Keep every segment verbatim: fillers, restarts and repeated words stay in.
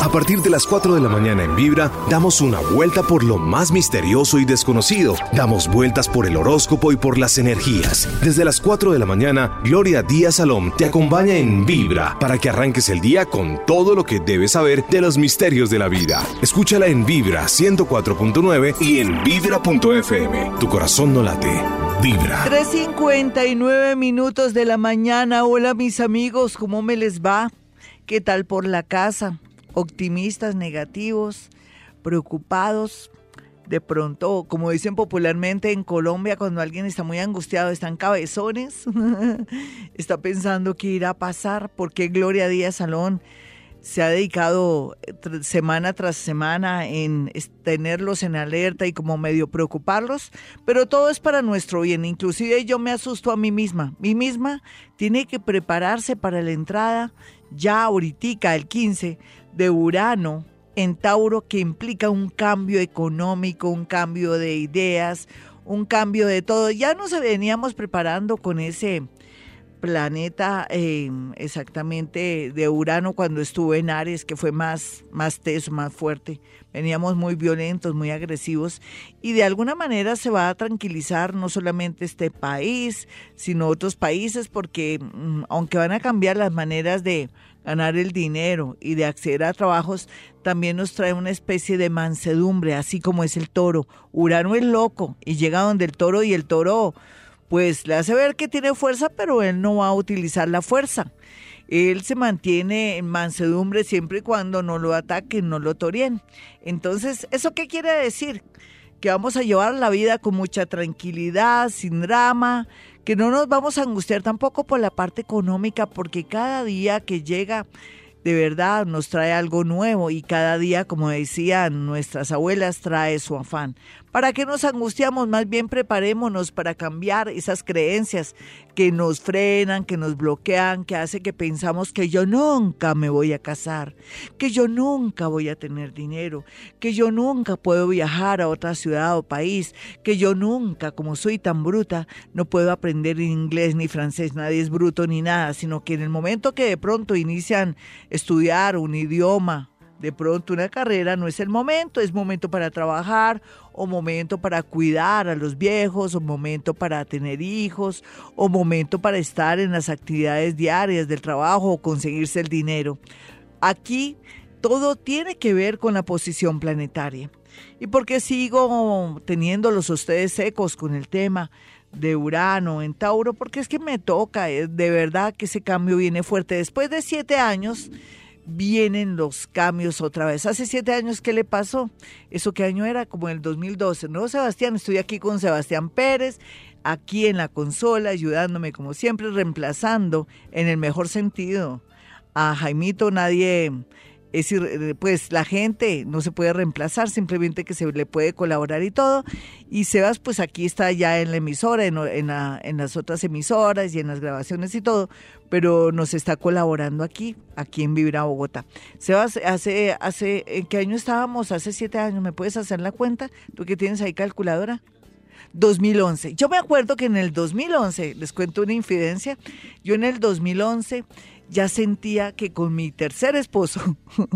A partir de las cuatro de la mañana en Vibra, damos una vuelta por lo más misterioso y desconocido. Damos vueltas por el horóscopo y por las energías. Desde las cuatro de la mañana, Gloria Díaz Salón te acompaña en Vibra para que arranques el día con todo lo que debes saber de los misterios de la vida. Escúchala en Vibra ciento cuatro punto nueve y en vibra punto f m. Tu corazón no late. Vibra. tres cincuenta y nueve minutos de la mañana. Hola mis amigos, ¿cómo me les va? ¿Qué tal por la casa? Optimistas, negativos, preocupados. De pronto, como dicen popularmente en Colombia, cuando alguien está muy angustiado, están cabezones. Está pensando qué irá a pasar, porque Gloria Díaz Salón se ha dedicado semana tras semana en tenerlos en alerta y como medio preocuparlos, pero todo es para nuestro bien. Inclusive yo me asusto a mí misma. Mí misma tiene que prepararse para la entrada ya ahoritica, el quince, de Urano en Tauro, que implica un cambio económico, un cambio de ideas, un cambio de todo. Ya nos veníamos preparando con ese planeta eh, exactamente de Urano cuando estuvo en Aries, que fue más, más teso, más fuerte. Veníamos muy violentos, muy agresivos, y de alguna manera se va a tranquilizar no solamente este país, sino otros países, porque mm, aunque van a cambiar las maneras de ganar el dinero y de acceder a trabajos, también nos trae una especie de mansedumbre, así como es el toro. Urano es loco y llega donde el toro, y el toro pues le hace ver que tiene fuerza, pero él no va a utilizar la fuerza. Él se mantiene en mansedumbre siempre y cuando no lo ataquen, no lo toreen. Entonces, ¿eso qué quiere decir? Que vamos a llevar la vida con mucha tranquilidad, sin drama, que no nos vamos a angustiar tampoco por la parte económica, porque cada día que llega de verdad nos trae algo nuevo, y cada día, como decían nuestras abuelas, trae su afán. ¿Para qué nos angustiamos? Más bien preparémonos para cambiar esas creencias que nos frenan, que nos bloquean, que hace que pensamos que yo nunca me voy a casar, que yo nunca voy a tener dinero, que yo nunca puedo viajar a otra ciudad o país, que yo nunca, como soy tan bruta, no puedo aprender inglés ni francés. Nadie es bruto ni nada, sino que en el momento que de pronto inician a estudiar un idioma, de pronto una carrera, no es el momento, es momento para trabajar, o momento para cuidar a los viejos, o momento para tener hijos, o momento para estar en las actividades diarias del trabajo o conseguirse el dinero. Aquí todo tiene que ver con la posición planetaria. ¿Y por qué sigo teniéndolos ustedes secos con el tema de Urano en Tauro? Porque es que me toca, de verdad que ese cambio viene fuerte. Después de siete años vienen los cambios otra vez. Hace siete años, ¿qué le pasó? ¿Eso qué año era? Como en el dos mil doce, ¿no, Sebastián? Estoy aquí con Sebastián Pérez, aquí en la consola, ayudándome como siempre, reemplazando en el mejor sentido a Jaimito. Nadie, es decir, pues la gente no se puede reemplazar, simplemente que se le puede colaborar y todo. Y Sebas, pues aquí está ya en la emisora, en, en, la, en las otras emisoras y en las grabaciones y todo, pero nos está colaborando aquí, aquí en Vibra Bogotá. Sebas, hace, hace, ¿en qué año estábamos? Hace siete años, ¿me puedes hacer la cuenta? ¿Tú que tienes ahí calculadora? dos mil once. Yo me acuerdo que en el dos mil once, les cuento una infidencia, yo en el dos mil once ya sentía que con mi tercer esposo,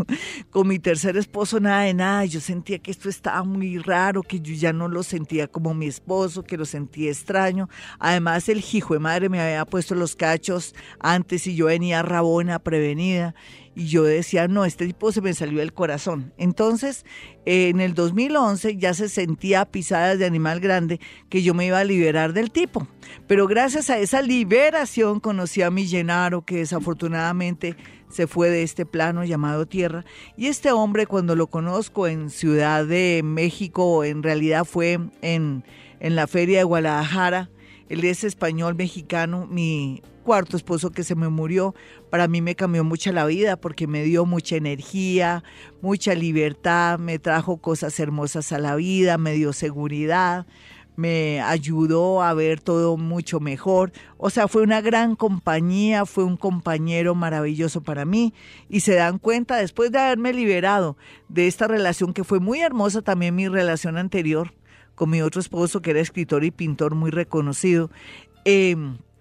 con mi tercer esposo nada de nada, yo sentía que esto estaba muy raro, que yo ya no lo sentía como mi esposo, que lo sentía extraño. Además, el hijo de madre me había puesto los cachos antes y yo venía rabona, prevenida. Y yo decía, no, este tipo se me salió del corazón. Entonces, eh, en el dos mil once ya se sentía pisadas de animal grande que yo me iba a liberar del tipo. Pero gracias a esa liberación conocí a mi Llenaro, que desafortunadamente se fue de este plano llamado Tierra. Y este hombre, cuando lo conozco en Ciudad de México, en realidad fue en, en la feria de Guadalajara. Él es español mexicano, mi cuarto esposo que se me murió. Para mí me cambió mucho la vida porque me dio mucha energía, mucha libertad, me trajo cosas hermosas a la vida, me dio seguridad, me ayudó a ver todo mucho mejor. O sea, fue una gran compañía, fue un compañero maravilloso para mí. Y se dan cuenta, después de haberme liberado de esta relación que fue muy hermosa, también mi relación anterior con mi otro esposo, que era escritor y pintor muy reconocido, eh,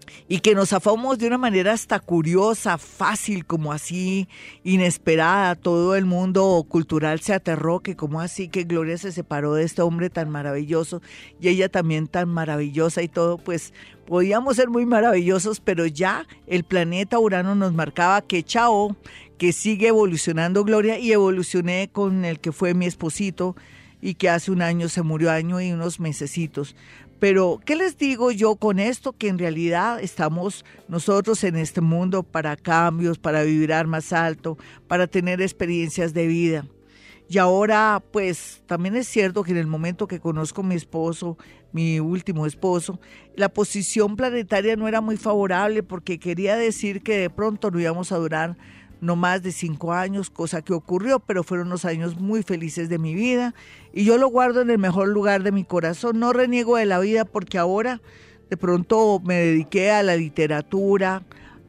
y que nos zafamos de una manera hasta curiosa, fácil, como así, inesperada. Todo el mundo cultural se aterró, que como así que Gloria se separó de este hombre tan maravilloso y ella también tan maravillosa y todo, pues podíamos ser muy maravillosos, pero ya el planeta Urano nos marcaba que chao, que sigue evolucionando Gloria, y evolucioné con el que fue mi esposito y que hace un año se murió, año y unos mesecitos. Pero, ¿qué les digo yo con esto? Que en realidad estamos nosotros en este mundo para cambios, para vibrar más alto, para tener experiencias de vida. Y ahora, pues, también es cierto que en el momento que conozco a mi esposo, mi último esposo, la posición planetaria no era muy favorable porque quería decir que de pronto no íbamos a durar no más de cinco años, cosa que ocurrió, pero fueron unos años muy felices de mi vida y yo lo guardo en el mejor lugar de mi corazón. No reniego de la vida porque ahora de pronto me dediqué a la literatura,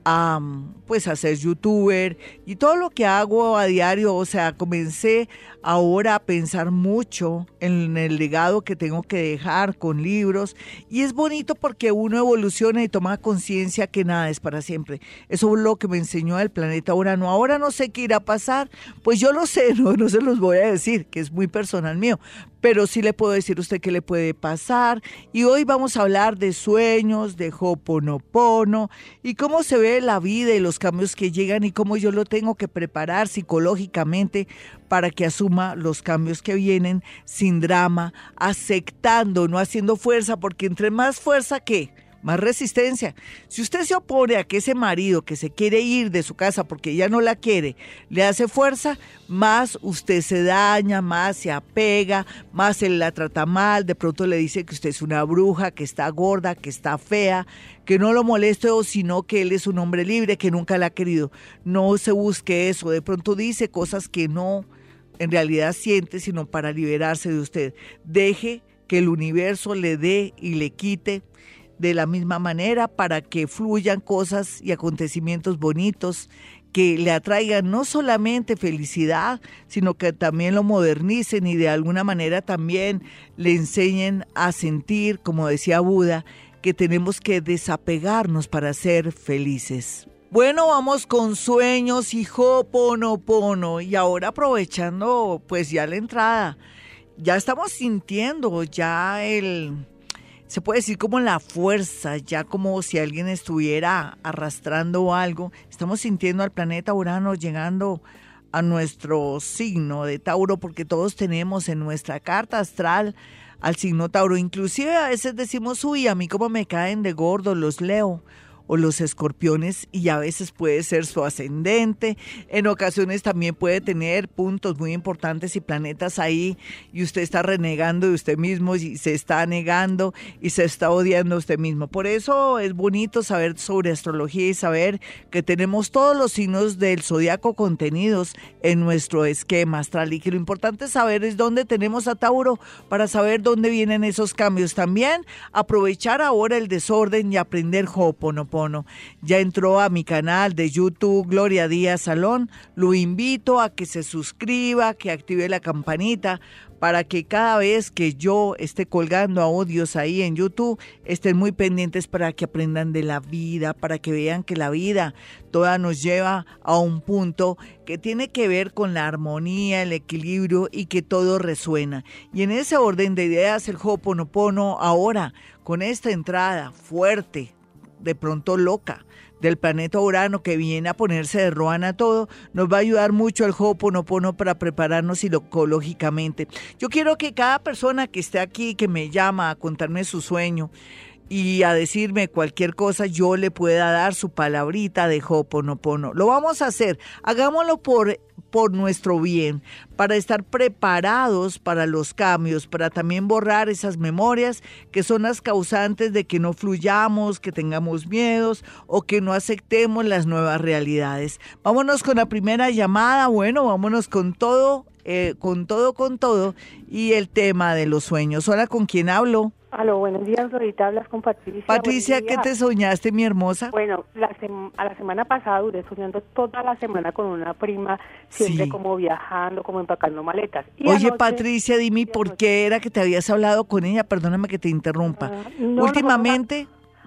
a pues a ser youtuber y todo lo que hago a diario. O sea, comencé ahora a pensar mucho en el legado que tengo que dejar con libros, y es bonito porque uno evoluciona y toma conciencia que nada es para siempre. Eso es lo que me enseñó el planeta Urano. Ahora no sé qué irá a pasar, pues yo lo sé, no, no se los voy a decir, que es muy personal mío, pero sí le puedo decir a usted qué le puede pasar. Y hoy vamos a hablar de sueños, de Ho'oponopono y cómo se ve la vida y los cambios que llegan y cómo yo lo tengo que preparar psicológicamente para que asuma los cambios que vienen sin drama, aceptando, no haciendo fuerza, porque entre más fuerza, ¿qué? Más resistencia. Si usted se opone a que ese marido que se quiere ir de su casa porque ya no la quiere, le hace fuerza, más usted se daña, más se apega, más él la trata mal, de pronto le dice que usted es una bruja, que está gorda, que está fea, que no lo moleste, o sino que él es un hombre libre, que nunca la ha querido. No se busque eso, de pronto dice cosas que no en realidad siente, sino para liberarse de usted. Deje que el universo le dé y le quite de la misma manera para que fluyan cosas y acontecimientos bonitos que le atraigan no solamente felicidad, sino que también lo modernicen y de alguna manera también le enseñen a sentir, como decía Buda, que tenemos que desapegarnos para ser felices. Bueno, vamos con sueños y Ho'oponopono, y ahora aprovechando pues ya la entrada, ya estamos sintiendo ya el... se puede decir como la fuerza, ya como si alguien estuviera arrastrando algo. Estamos sintiendo al planeta Urano llegando a nuestro signo de Tauro, porque todos tenemos en nuestra carta astral al signo Tauro. Inclusive a veces decimos, uy, a mí como me caen de gordo los Leo o los escorpiones, y a veces puede ser su ascendente. En ocasiones también puede tener puntos muy importantes y planetas ahí, y usted está renegando de usted mismo y se está negando y se está odiando a usted mismo. Por eso es bonito saber sobre astrología y saber que tenemos todos los signos del zodiaco contenidos en nuestro esquema astral, y que lo importante es saber es dónde tenemos a Tauro para saber dónde vienen esos cambios. También aprovechar ahora el desorden y aprender Ho'oponopono. Ya entró a mi canal de YouTube Gloria Díaz Salón. Lo invito a que se suscriba, que active la campanita para que cada vez que yo esté colgando audios ahí en YouTube estén muy pendientes, para que aprendan de la vida, para que vean que la vida toda nos lleva a un punto que tiene que ver con la armonía, el equilibrio, y que todo resuena. Y en ese orden de ideas, el Ho'oponopono ahora, con esta entrada fuerte, de pronto loca, del planeta Urano, que viene a ponerse de ruana todo, nos va a ayudar mucho el Ho'oponopono para prepararnos psicológicamente. Yo quiero que cada persona que esté aquí, que me llama a contarme su sueño y a decirme cualquier cosa, yo le pueda dar su palabrita de Ho'oponopono. Lo vamos a hacer, hagámoslo por por nuestro bien, para estar preparados para los cambios, para también borrar esas memorias que son las causantes de que no fluyamos, que tengamos miedos o que no aceptemos las nuevas realidades. Vámonos con la primera llamada. Bueno, vámonos con todo, eh, con todo, con todo, y el tema de los sueños. Hola, ¿con quién hablo? Aló, buenos días, ahorita hablas con Patricia. Patricia, ¿qué te soñaste, mi hermosa? Bueno, la sem- a la semana pasada duré soñando toda la semana con una prima, siempre sí, como viajando, como empacando maletas. Y Oye, anoche, Patricia, dime por qué era que te habías hablado con ella, perdóname que te interrumpa. Uh, no, Últimamente... No,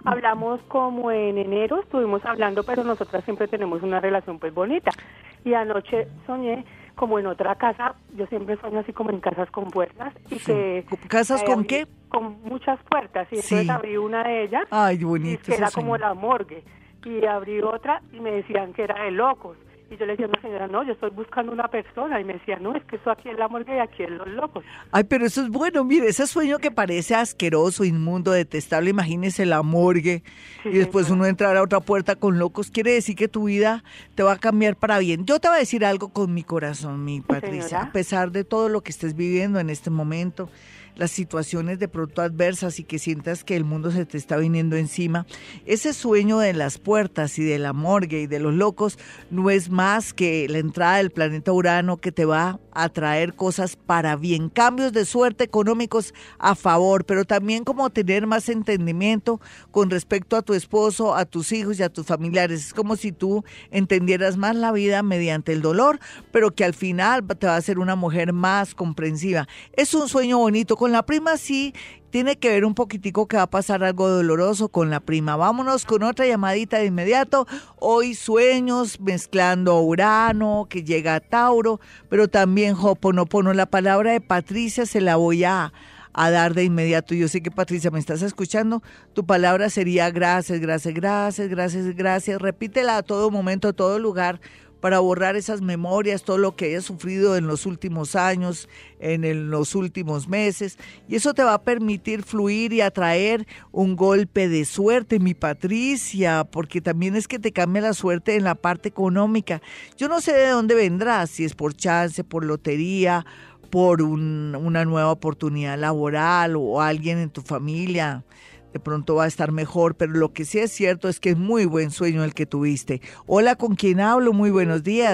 Hablamos como en enero, estuvimos hablando, pero nosotras siempre tenemos una relación pues bonita. Y anoche soñé como en otra casa, yo siempre sueño así como en casas con puertas. Y Sí. que ¿Casas eh, con abrí- qué? Con muchas puertas, y entonces Sí. abrí una de ellas, Ay, y bonito que ese era sueño. como la morgue, y abrí otra y me decían que era de locos. Y yo le decía a una señora, no, yo estoy buscando una persona. Y me decía, no, es que eso aquí es la morgue y aquí es los locos. Ay, pero eso es bueno, mire, ese sueño que parece asqueroso, inmundo, detestable, imagínese la morgue Sí, y después señora. uno entrar a otra puerta con locos, quiere decir que tu vida te va a cambiar para bien. Yo te voy a decir algo con mi corazón, mi Patricia, señora. a pesar de todo lo que estés viviendo en este momento, las situaciones de pronto adversas y que sientas que el mundo se te está viniendo encima, ese sueño de las puertas y de la morgue y de los locos no es más que la entrada del planeta Urano que te va a traer cosas para bien, cambios de suerte económicos a favor, pero también como tener más entendimiento con respecto a tu esposo, a tus hijos y a tus familiares. Es como si tú entendieras más la vida mediante el dolor, pero que al final te va a hacer una mujer más comprensiva. Es un sueño bonito. Con la prima sí tiene que ver un poquitico que va a pasar algo doloroso con la prima. Vámonos con otra llamadita de inmediato. Hoy sueños mezclando Urano, que llega a Tauro, pero también Ho'oponopono. La palabra de Patricia se la voy a, a dar de inmediato. Yo sé que Patricia me estás escuchando. Tu palabra sería gracias, gracias, gracias, gracias, gracias. Repítela a todo momento, a todo lugar, para borrar esas memorias, todo lo que hayas sufrido en los últimos años, en el- los últimos meses, y eso te va a permitir fluir y atraer un golpe de suerte, mi Patricia, porque también es que te cambia la suerte en la parte económica. Yo no sé de dónde vendrá, si es por chance, por lotería, por un- una nueva oportunidad laboral o alguien en tu familia. De pronto va a estar mejor, pero lo que sí es cierto es que es muy buen sueño el que tuviste. Hola, ¿con quién hablo? Muy buenos días.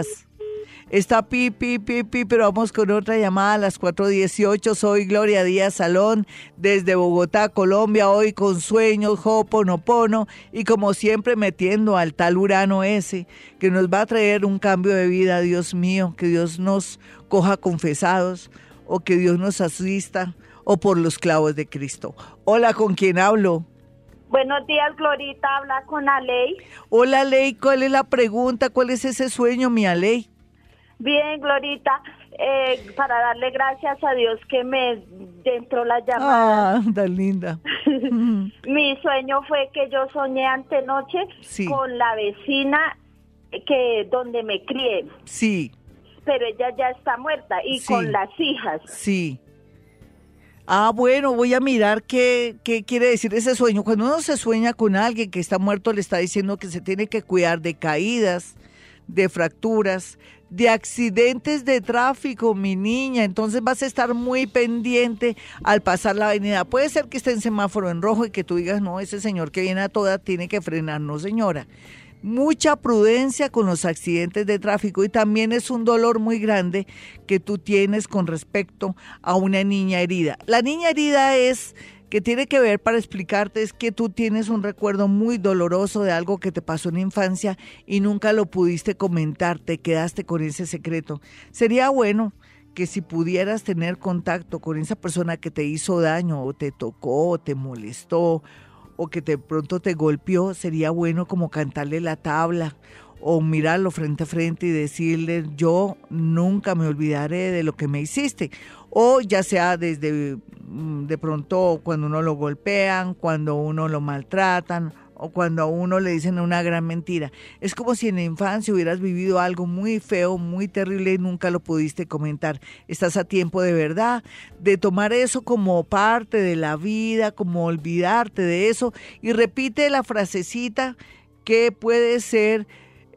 Está pi, pi, pi, pi, pero vamos con otra llamada a las cuatro dieciocho. Soy Gloria Díaz Salón, desde Bogotá, Colombia, hoy con sueños, Ho'oponopono, y como siempre metiendo al tal Urano ese, que nos va a traer un cambio de vida, Dios mío, que Dios nos coja confesados, o que Dios nos asista, o por los clavos de Cristo. Hola, ¿con quién hablo? Buenos días, Glorita, habla con Aley. Hola, Ley, ¿cuál es la pregunta? ¿Cuál es ese sueño, mi Aley? Bien, Glorita, eh, para darle gracias a Dios que me entró la llamada. Ah, tan linda. Mi sueño fue que yo soñé antenoche Sí. con la vecina que donde me crié, Sí, pero ella ya está muerta, y Sí. con las hijas. sí. Ah, bueno, voy a mirar qué, qué quiere decir ese sueño. Cuando uno se sueña con alguien que está muerto, le está diciendo que se tiene que cuidar de caídas, de fracturas, de accidentes de tráfico, mi niña. Entonces vas a estar muy pendiente al pasar la avenida. Puede ser que esté en semáforo en rojo y que tú digas, no, ese señor que viene a toda tiene que frenar. No, señora. Mucha prudencia con los accidentes de tráfico, y también es un dolor muy grande que tú tienes con respecto a una niña herida. La niña herida es que tiene que ver, para explicarte, es que tú tienes un recuerdo muy doloroso de algo que te pasó en la infancia y nunca lo pudiste comentar, te quedaste con ese secreto. Sería bueno que si pudieras tener contacto con esa persona que te hizo daño o te tocó o te molestó o que de pronto te golpeó, sería bueno como cantarle la tabla o mirarlo frente a frente y decirle, yo nunca me olvidaré de lo que me hiciste. O ya sea desde mm, de pronto cuando uno lo golpean, cuando uno lo maltratan, o cuando a uno le dicen una gran mentira. Es como si en la infancia hubieras vivido algo muy feo, muy terrible y nunca lo pudiste comentar. Estás a tiempo de verdad de tomar eso como parte de la vida, como olvidarte de eso, y repite la frasecita que puede ser,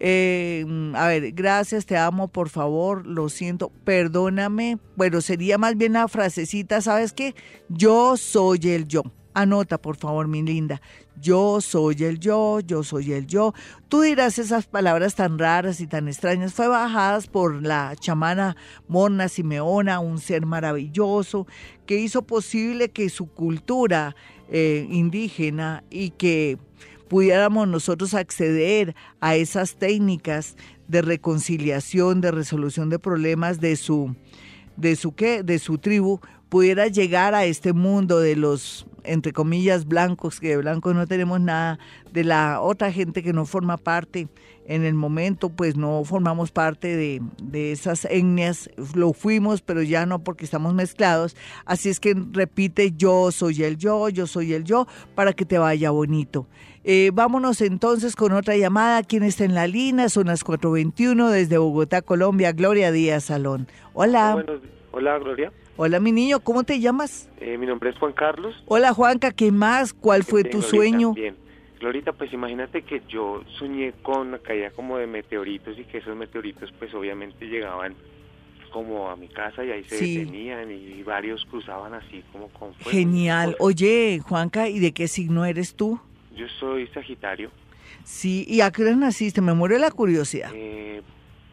eh, a ver, gracias, te amo, por favor, lo siento, perdóname. Bueno, sería más bien la frasecita, ¿sabes qué? Yo soy el yo. Anota, por favor, mi linda. Yo soy el yo, yo soy el yo. Tú dirás, esas palabras tan raras y tan extrañas fue bajadas por la chamana Morna Simeona, un ser maravilloso que hizo posible que su cultura eh, indígena y que pudiéramos nosotros acceder a esas técnicas de reconciliación, de resolución de problemas de su, de su, ¿qué? de su tribu, pudieras llegar a este mundo de los, entre comillas, blancos, que de blancos no tenemos nada, de la otra gente que no forma parte en el momento, pues no formamos parte de, de esas etnias, lo fuimos, pero ya no porque estamos mezclados, así es que repite yo soy el yo, yo soy el yo, para que te vaya bonito. Eh, vámonos entonces con otra llamada. ¿Quién está en la línea? Son las cuatro veintiuno desde Bogotá, Colombia. Gloria Díaz Salón. Hola. Buenos, hola, Gloria. Hola, mi niño. ¿Cómo te llamas? Eh, mi nombre es Juan Carlos. Hola, Juanca. ¿Qué más? ¿Cuál fue Bien, tu Glorita, sueño? Bien. Glorita, pues imagínate que yo soñé con la caída como de meteoritos y que esos meteoritos pues obviamente llegaban como a mi casa y ahí se Sí. detenían y varios cruzaban así como con fuego. Genial. Oye, Juanca, ¿y de qué signo eres tú? Yo soy Sagitario, Sí, ¿y a qué hora naciste? Me muere la curiosidad. eh,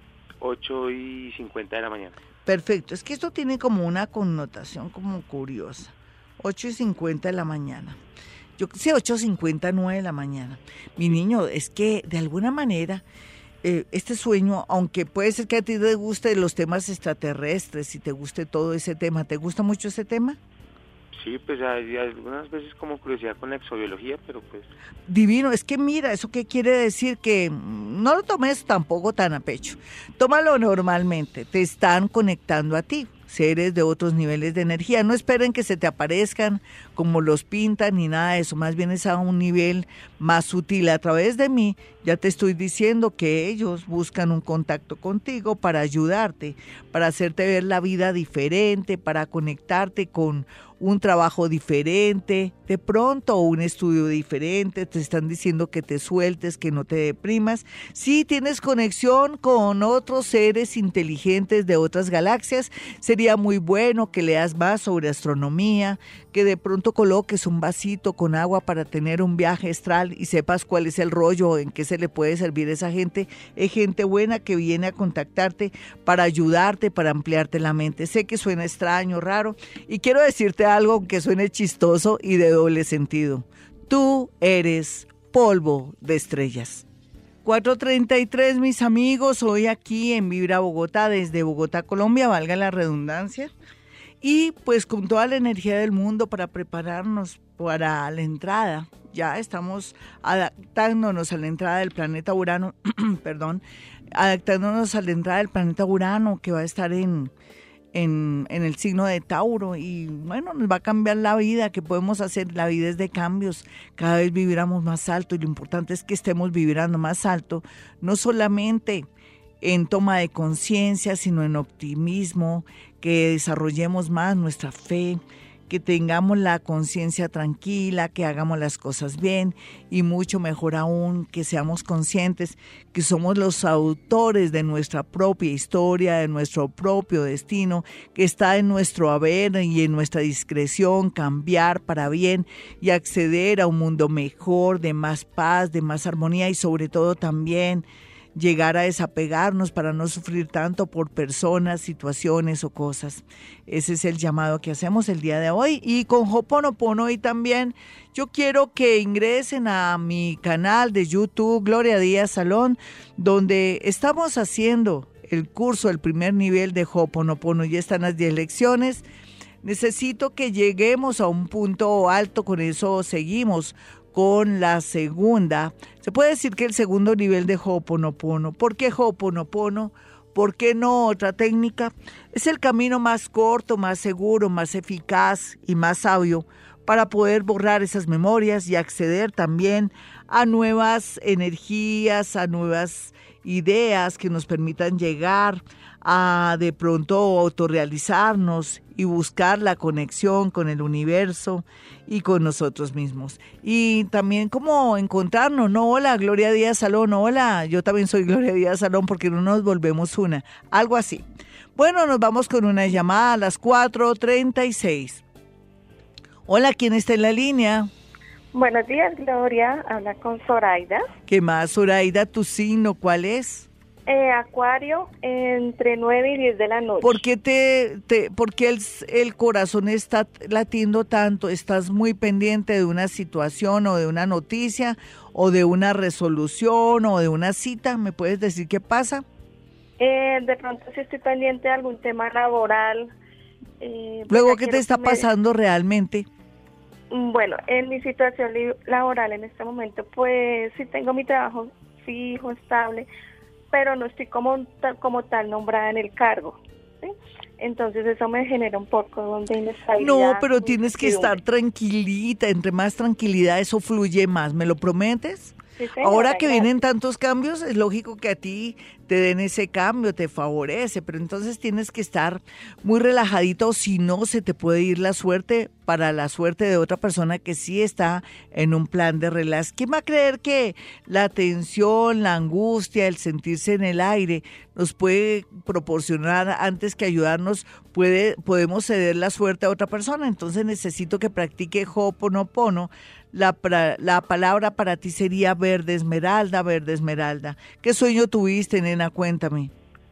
ocho y cincuenta de la mañana. Perfecto, es que esto tiene como una connotación como curiosa. ocho y cincuenta de la mañana. Yo sé, ocho y cincuenta, nueve de la mañana. Mi niño, es que de alguna manera eh, este sueño, aunque puede ser que a ti te guste los temas extraterrestres y te guste todo ese tema, ¿te gusta mucho ese tema? Sí, pues hay algunas veces como curiosidad con la exobiología, pero pues... Divino, es que mira, ¿eso qué quiere decir? Que mm, no lo tomes tampoco tan a pecho. Tómalo normalmente, te están conectando a ti, seres de otros niveles de energía. No esperen que se te aparezcan como los pintan ni nada de eso, más bien es a un nivel más sutil. A través de mí ya te estoy diciendo que ellos buscan un contacto contigo para ayudarte, para hacerte ver la vida diferente, para conectarte con un trabajo diferente, de pronto un estudio diferente, te están diciendo que te sueltes, que no te deprimas. Si tienes conexión con otros seres inteligentes de otras galaxias, sería muy bueno que leas más sobre astronomía, que de pronto coloques un vasito con agua para tener un viaje astral y sepas cuál es el rollo, en qué se le puede servir a esa gente. Es gente buena que viene a contactarte para ayudarte, para ampliarte la mente. Sé que suena extraño, raro, y quiero decirte algo que suene chistoso y de doble sentido. Tú eres polvo de estrellas. cuatro treinta y tres, mis amigos, hoy aquí en Vibra Bogotá, desde Bogotá, Colombia, valga la redundancia, y pues con toda la energía del mundo para prepararnos para la entrada. Ya estamos adaptándonos a la entrada del planeta Urano, perdón, adaptándonos a la entrada del planeta Urano que va a estar en... En, en el signo de Tauro, y bueno, nos va a cambiar la vida. ¿Qué podemos hacer? La vida es de cambios, cada vez vibramos más alto y lo importante es que estemos vibrando más alto, no solamente en toma de conciencia, sino en optimismo, que desarrollemos más nuestra fe, que tengamos la conciencia tranquila, que hagamos las cosas bien y mucho mejor aún que seamos conscientes que somos los autores de nuestra propia historia, de nuestro propio destino, que está en nuestro haber y en nuestra discreción cambiar para bien y acceder a un mundo mejor, de más paz, de más armonía y sobre todo también llegar a desapegarnos para no sufrir tanto por personas, situaciones o cosas. Ese es el llamado que hacemos el día de hoy. Y con Ho'oponopono hoy también yo quiero que ingresen a mi canal de YouTube, Gloria Díaz Salón, donde estamos haciendo el curso, el primer nivel de Ho'oponopono. Ya están las diez lecciones. Necesito que lleguemos a un punto alto, con eso seguimos con la segunda. Se puede decir que el segundo nivel de Ho'oponopono. ¿Por qué Ho'oponopono? ¿Por qué no otra técnica? Es el camino más corto, más seguro, más eficaz y más sabio para poder borrar esas memorias y acceder también a nuevas energías, a nuevas ideas que nos permitan llegar a de pronto autorrealizarnos y buscar la conexión con el universo y con nosotros mismos. Y también como encontrarnos, no, hola, Gloria Díaz Salón, hola, yo también soy Gloria Díaz Salón, porque no nos volvemos una, algo así. Bueno, nos vamos con una llamada a las cuatro treinta y seis. Hola, ¿quién está en la línea? Buenos días, Gloria. Habla con Zoraida. ¿Qué más, Zoraida? ¿Tu signo cuál es? Eh, Acuario, entre nueve y diez de la noche. ¿Por qué, te, te, por qué el, el corazón está latiendo tanto? ¿Estás muy pendiente de una situación o de una noticia o de una resolución o de una cita? ¿Me puedes decir qué pasa? Eh, de pronto si estoy pendiente de algún tema laboral Eh, pues Luego, ya ¿qué te quiero está que me- pasando realmente? Bueno, en mi situación li- laboral en este momento, pues sí tengo mi trabajo fijo, estable, pero no estoy como tal, como tal nombrada en el cargo, ¿sí? Entonces eso me genera un poco de inestabilidad. No, pero tienes que estar incertidumbre. tranquilita. Entre más tranquilidad, eso fluye más. ¿Me lo prometes? Sí, señora, Ahora que gracias. vienen tantos cambios, es lógico que a ti te den ese cambio, te favorece, pero entonces tienes que estar muy relajadito, o si no, se te puede ir la suerte para la suerte de otra persona que sí está en un plan de relax. ¿Quién va a creer que la tensión, la angustia, el sentirse en el aire nos puede proporcionar antes que ayudarnos? Puede, podemos ceder la suerte a otra persona. Entonces necesito que practique Ho'oponopono. La, pra- la palabra para ti sería verde esmeralda, verde esmeralda. ¿Qué sueño tuviste, nena? Cuéntame.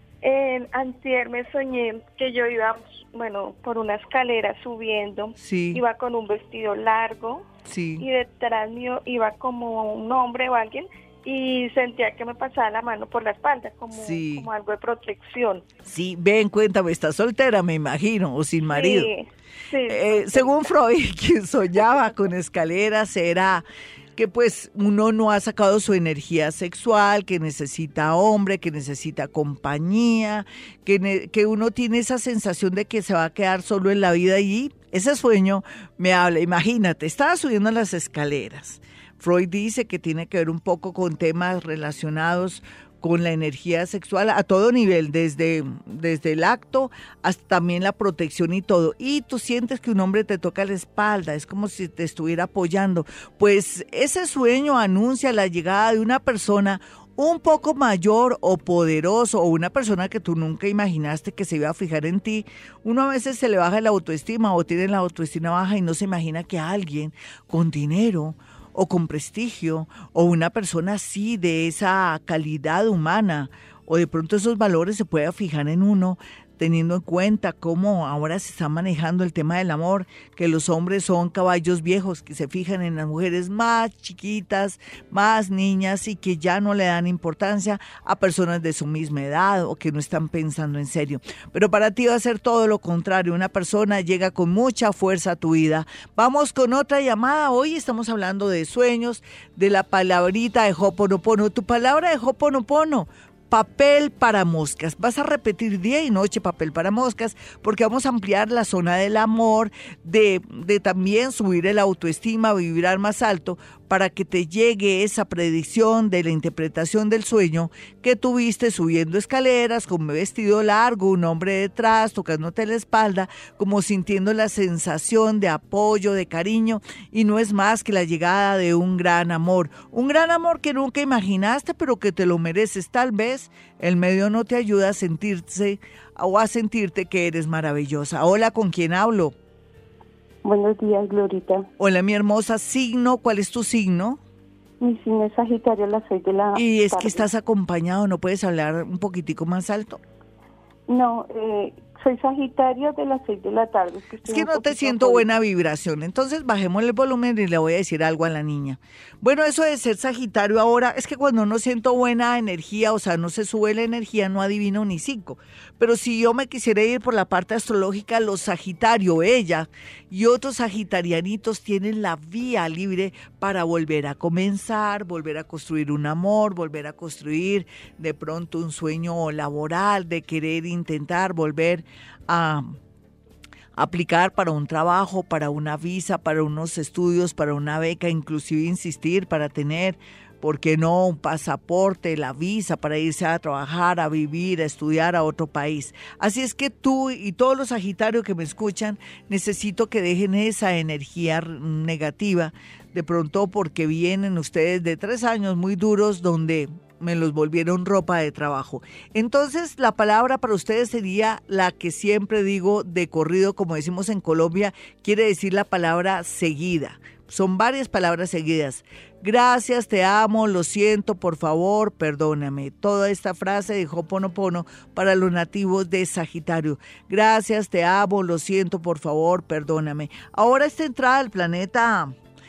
En antier me soñé que yo iba, bueno, por una escalera subiendo, Sí. iba con un vestido largo Sí. y detrás mío iba como un hombre o alguien y sentía que me pasaba la mano por la espalda, como, Sí. como algo de protección. Sí, ven, cuéntame, ¿estás soltera, me imagino, o sin marido? Sí, sí, Eh, según Freud, quien soñaba con escaleras era que pues uno no ha sacado su energía sexual, que necesita hombre, que necesita compañía, que, ne- que uno tiene esa sensación de que se va a quedar solo en la vida y ese sueño me habla. Imagínate, estaba subiendo las escaleras. Freud dice que tiene que ver un poco con temas relacionados con la energía sexual a todo nivel, desde, desde el acto hasta también la protección y todo. Y tú sientes que un hombre te toca la espalda, es como si te estuviera apoyando. Pues ese sueño anuncia la llegada de una persona un poco mayor o poderoso, o una persona que tú nunca imaginaste que se iba a fijar en ti. Uno a veces se le baja la autoestima o tiene la autoestima baja y no se imagina que alguien con dinero o con prestigio, o una persona así de esa calidad humana, o de pronto esos valores se pueda fijar en uno, teniendo en cuenta cómo ahora se está manejando el tema del amor, que los hombres son caballos viejos, que se fijan en las mujeres más chiquitas, más niñas, y que ya no le dan importancia a personas de su misma edad o que no están pensando en serio. Pero para ti va a ser todo lo contrario, una persona llega con mucha fuerza a tu vida. Vamos con otra llamada. Hoy estamos hablando de sueños, de la palabrita de Ho'oponopono. Tu palabra de Ho'oponopono: papel para moscas. Vas a repetir día y noche papel para moscas, porque vamos a ampliar la zona del amor, de, de también subir el autoestima, vibrar más alto, para que te llegue esa predicción de la interpretación del sueño que tuviste subiendo escaleras, con un vestido largo, un hombre detrás, tocándote la espalda, como sintiendo la sensación de apoyo, de cariño, y no es más que la llegada de un gran amor, un gran amor que nunca imaginaste, pero que te lo mereces. Tal vez el medio no te ayuda a sentirse o a sentirte que eres maravillosa. Hola, ¿con quién hablo? Buenos días, Glorita. Hola, mi hermosa. Signo, ¿cuál es tu signo? Mi signo es Sagitario a las seis de la tarde. Y es que estás acompañado, ¿no puedes hablar un poquitico más alto? No, eh, soy Sagitario de las seis de la tarde. Es que, Es que no te siento buena vibración, entonces bajemos el volumen y le voy a decir algo a la niña. Bueno, eso de ser Sagitario ahora, es que cuando no siento buena energía, o sea, no se sube la energía, no adivino ni cinco. Pero si yo me quisiera ir por la parte astrológica, los Sagitario, ella y otros sagitarianitos tienen la vía libre para volver a comenzar, volver a construir un amor, volver a construir de pronto un sueño laboral, de querer intentar volver a aplicar para un trabajo, para una visa, para unos estudios, para una beca, inclusive insistir para tener, ¿por qué no?, un pasaporte, la visa para irse a trabajar, a vivir, a estudiar a otro país. Así es que tú y todos los Sagitarios que me escuchan, necesito que dejen esa energía negativa, de pronto porque vienen ustedes de tres años muy duros donde me los volvieron ropa de trabajo. Entonces, la palabra para ustedes sería la que siempre digo de corrido, como decimos en Colombia, quiere decir la palabra seguida. Son varias palabras seguidas. Gracias, te amo, lo siento, por favor, perdóname. Toda esta frase de Ho'oponopono para los nativos de Sagitario. Gracias, te amo, lo siento, por favor, perdóname. Ahora esta entrada al planeta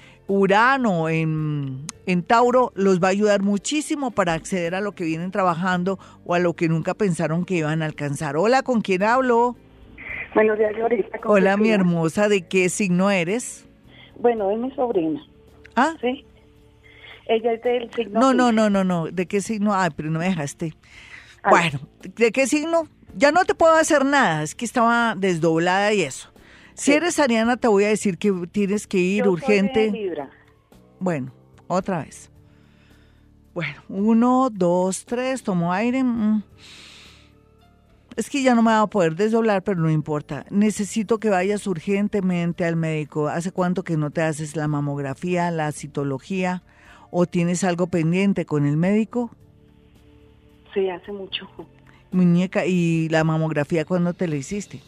Urano en, en Tauro los va a ayudar muchísimo para acceder a lo que vienen trabajando o a lo que nunca pensaron que iban a alcanzar. Hola, ¿con quién hablo? Buenos días, Glorita. Hola, mi hermosa, ¿de qué signo eres? Bueno, es mi sobrina. ¿Ah? Sí. Ella es del signo... No, no, no, no, no. ¿De qué signo? Ay, pero no me dejaste. Ah. Bueno, ¿de qué signo? Ya no te puedo hacer nada, es que estaba desdoblada y eso. Si sí. eres ariana, te voy a decir que tienes que ir Yo urgente. Soy de Libra. Bueno, otra vez. Bueno, uno, dos, tres, tomo aire. Mm. Es que ya no me va a poder desdoblar, pero no importa. Necesito que vayas urgentemente al médico. ¿Hace cuánto que no te haces la mamografía, la citología? ¿O tienes algo pendiente con el médico? Sí, hace mucho. Muñeca, ¿y la mamografía cuándo te la hiciste?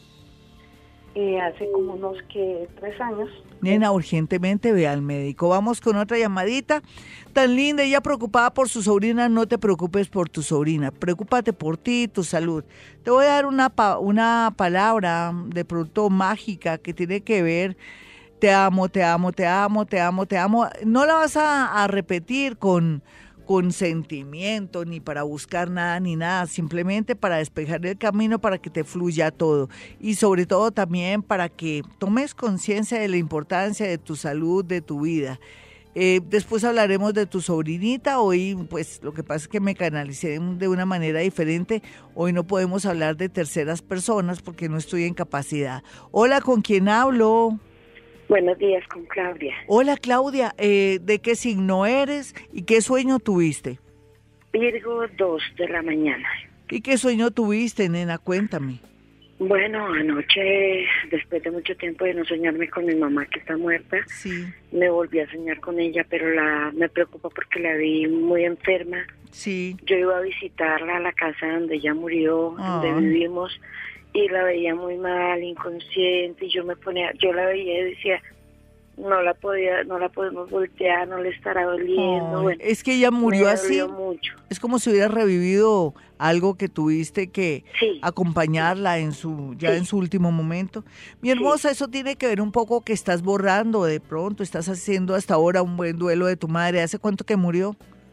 Eh, hace como unos que tres años. Nena, urgentemente ve al médico. Vamos con otra llamadita. Tan linda, ella preocupada por su sobrina, no te preocupes por tu sobrina. Preocúpate por ti y tu salud. Te voy a dar una, pa- una palabra de pronto mágica que tiene que ver. Te amo, te amo, te amo, te amo, te amo. No la vas a, a repetir con... con sentimiento, ni para buscar nada, ni nada, simplemente para despejar el camino, para que te fluya todo. Y sobre todo también para que tomes conciencia de la importancia de tu salud, de tu vida. Eh, después hablaremos de tu sobrinita. Hoy, pues, lo que pasa es que me canalicé de una manera diferente. Hoy no podemos hablar de terceras personas porque no estoy en capacidad. Hola, ¿con quién hablo? Buenos días, con Claudia. Hola, Claudia, eh, ¿de qué signo eres y qué sueño tuviste? Virgo, dos de la mañana. ¿Y qué sueño tuviste, nena? Cuéntame. Bueno, anoche, después de mucho tiempo de no soñarme con mi mamá que está muerta, sí. me volví a soñar con ella, pero la me preocupa porque la vi muy enferma. Sí. Yo iba a visitarla a la casa donde ella murió, Ah. donde vivimos, y la veía muy mal, inconsciente, y yo me ponía, yo la veía y decía, no la podía, no la podemos voltear, no le estará doliendo. Ay, bueno, es que ella murió me así. dolió mucho. Es como si hubiera revivido algo que tuviste que Sí. acompañarla en su ya Sí. en su último momento. Mi hermosa, sí. Eso tiene que ver un poco que estás borrando de pronto, estás haciendo hasta ahora un buen duelo de tu madre. ¿Hace cuánto que murió?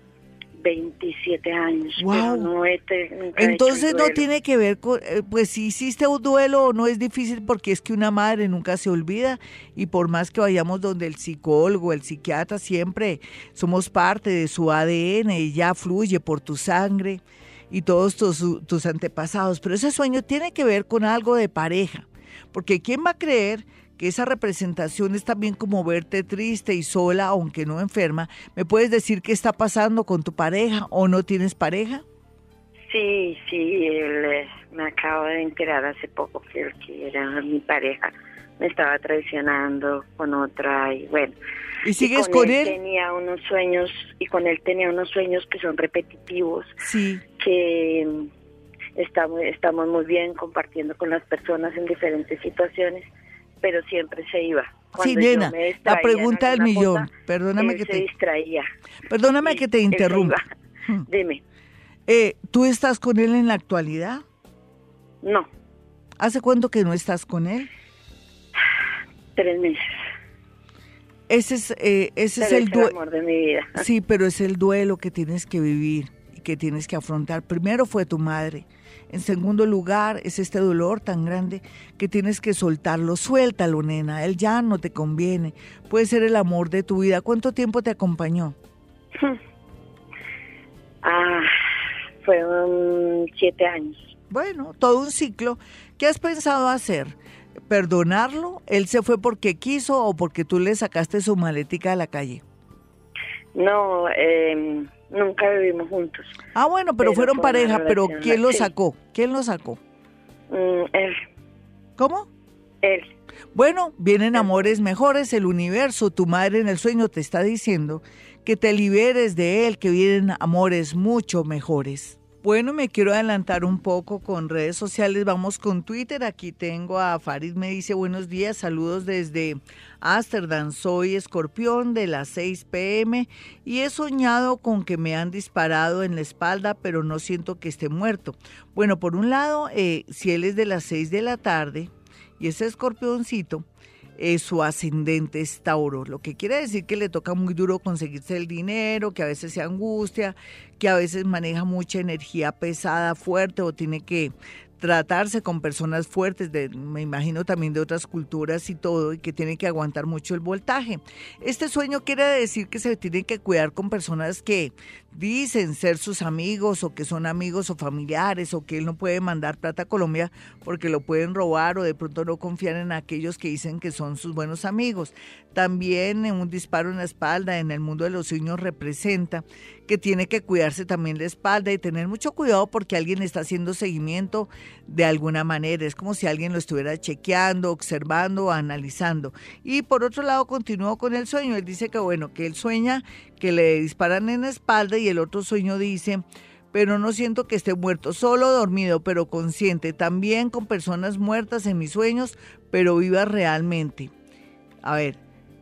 veintisiete años, Wow. pero no he te, nunca he Entonces hecho un no duelo. tiene que ver con, eh, pues si hiciste un duelo no es difícil porque es que una madre nunca se olvida y por más que vayamos donde el psicólogo, el psiquiatra, siempre somos parte de su A D N y ya fluye por tu sangre y todos tus, tus antepasados. Pero ese sueño tiene que ver con algo de pareja, porque ¿quién va a creer que esa representación es también como verte triste y sola, aunque no enferma? ¿Me puedes decir qué está pasando con tu pareja o no tienes pareja? Sí, sí, él, eh, me acabo de enterar hace poco que el que era mi pareja me estaba traicionando con otra y bueno. ¿Y sigues y con, con él? él? Tenía unos sueños y con él tenía unos sueños que son repetitivos. Sí. Que mm, estamos, estamos muy bien compartiendo con las personas en diferentes situaciones, pero siempre se iba. Cuando sí, nena, yo me la pregunta del millón, cosa, perdóname él que se te distraía. Perdóname Sí, que te él se interrumpa. iba. Dime. Eh, ¿tú estás con él en la actualidad? No. ¿Hace cuánto que no estás con él? Tres meses. Ese es, eh, ese Pero es el es el duelo. amor de mi vida. Sí, pero es el duelo que tienes que vivir y que tienes que afrontar. Primero fue tu madre. En segundo lugar, es este dolor tan grande que tienes que soltarlo. Suéltalo, nena. Él ya no te conviene. Puede ser el amor de tu vida. ¿Cuánto tiempo te acompañó? Ah, fueron siete años. Bueno, todo un ciclo. ¿Qué has pensado hacer? ¿Perdonarlo? ¿Él se fue porque quiso o porque tú le sacaste su maletica a la calle? No, eh, nunca vivimos juntos. Ah, bueno, pero, Pero fueron fue una pareja, pero relación, ¿quién lo sí. sacó? ¿Quién lo sacó? Mm, él, ¿Cómo? él. Bueno, vienen amores mejores, el universo, tu madre en el sueño te está diciendo que te liberes de él, que vienen amores mucho mejores. Bueno, me quiero adelantar un poco con redes sociales, vamos con Twitter. Aquí tengo a Farid, me dice buenos días, saludos desde Ámsterdam, soy escorpión de las seis pe eme y he soñado con que me han disparado en la espalda, pero no siento que esté muerto. Bueno, por un lado, eh, si él es de las seis de la tarde y ese escorpioncito, Eh, su ascendente es Tauro, lo que quiere decir que le toca muy duro conseguirse el dinero, que a veces se angustia, que a veces maneja mucha energía pesada, fuerte o tiene que tratarse con personas fuertes, de, me imagino también de otras culturas y todo, y que tienen que aguantar mucho el voltaje. Este sueño quiere decir que se tiene que cuidar con personas que dicen ser sus amigos o que son amigos o familiares, o que él no puede mandar plata a Colombia porque lo pueden robar, o de pronto no confiar en aquellos que dicen que son sus buenos amigos. También un disparo en la espalda en el mundo de los sueños representa que tiene que cuidarse también la espalda y tener mucho cuidado porque alguien está haciendo seguimiento de alguna manera. Es como si alguien lo estuviera chequeando, observando, analizando. Y por otro lado, continuó con el sueño. Él dice que bueno, que él sueña que le disparan en la espalda, y el otro sueño dice: pero no siento que esté muerto, solo dormido, pero consciente. También con personas muertas en mis sueños, pero vivas realmente. A ver,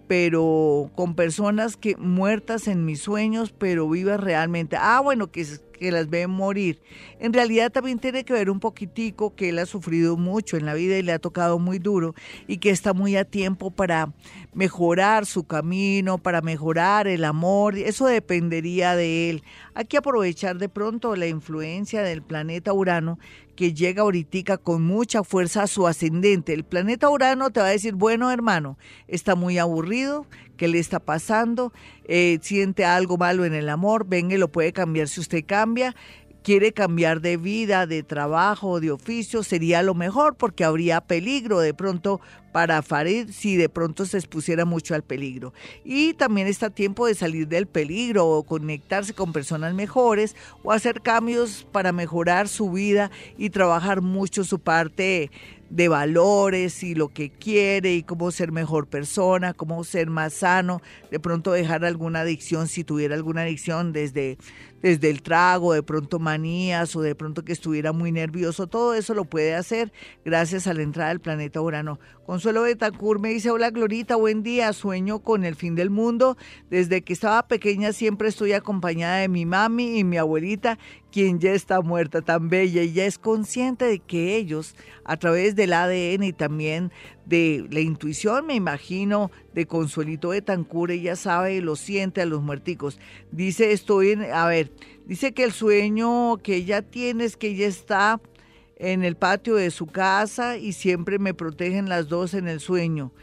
pero con personas que muertas en mis sueños, pero vivas realmente. Ah, bueno, que, que las ven morir. En realidad también tiene que ver un poquitico que él ha sufrido mucho en la vida y le ha tocado muy duro, y que está muy a tiempo para mejorar su camino, para mejorar el amor. Eso dependería de él. Hay que aprovechar de pronto la influencia del planeta Urano, que llega ahorita con mucha fuerza a su ascendente. El planeta Urano te va a decir: bueno, hermano, está muy aburrido, ¿qué le está pasando? Eh, siente algo malo en el amor, venga, lo puede cambiar si usted cambia. Quiere cambiar de vida, de trabajo, de oficio, sería lo mejor, porque habría peligro de pronto para Farid si de pronto se expusiera mucho al peligro. Y también está tiempo de salir del peligro o conectarse con personas mejores o hacer cambios para mejorar su vida y trabajar mucho su parte de valores y lo que quiere y cómo ser mejor persona, cómo ser más sano, de pronto dejar alguna adicción si tuviera alguna adicción desde, desde el trago, de pronto manías o de pronto que estuviera muy nervioso. Todo eso lo puede hacer gracias a la entrada del planeta Urano. Consuelo Betancourt me dice: hola Glorita, buen día, sueño con el fin del mundo. Desde que estaba pequeña siempre estoy acompañada de mi mami y mi abuelita, quien ya está muerta, tan bella, y ya es consciente de que ellos, a través del A D N y también de la intuición, me imagino, de Consuelito Betancourt, ella sabe y lo siente a los muerticos. Dice, estoy en, a ver, dice que el sueño que ella tiene es que ella está en el patio de su casa y siempre me protegen las dos en el sueño.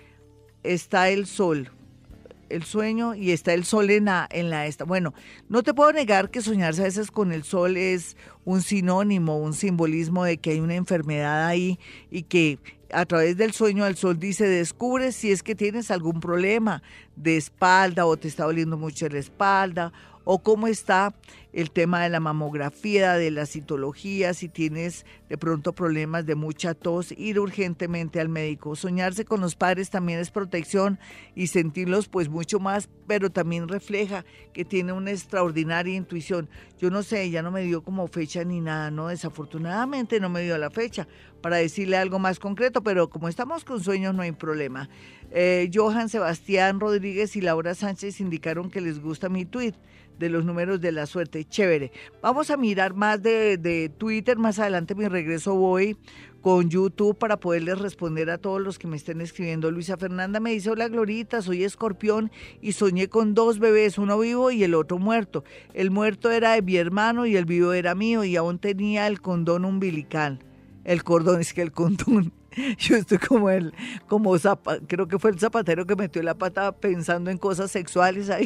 Está el sol, el sueño, y está el sol en la, en la esta. Bueno, no te puedo negar que soñarse a veces con el sol es un sinónimo, un simbolismo de que hay una enfermedad ahí, y que a través del sueño al sol dice: descubre si es que tienes algún problema de espalda o te está doliendo mucho la espalda, o cómo está el tema de la mamografía, de la citología, si tienes de pronto problemas de mucha tos, ir urgentemente al médico. Soñarse con los padres también es protección y sentirlos pues mucho más, pero también refleja que tiene una extraordinaria intuición. Yo no sé, ella no me dio como fecha ni nada, no, desafortunadamente no me dio la fecha para decirle algo más concreto, pero como estamos con sueños no hay problema. Eh, Johan Sebastián Rodríguez y Laura Sánchez indicaron que les gusta mi tweet de los números de la suerte. Chévere. Vamos a mirar más de, de Twitter. Más adelante mi regreso voy con YouTube para poderles responder a todos los que me estén escribiendo. Luisa Fernanda me dice: hola Glorita, soy Escorpión y soñé con dos bebés, uno vivo y el otro muerto. El muerto era de mi hermano y el vivo era mío, y aún tenía el condón umbilical. El cordón, es que el condón. Yo estoy como el, como zapa, creo que fue el zapatero que metió la pata pensando en cosas sexuales ahí.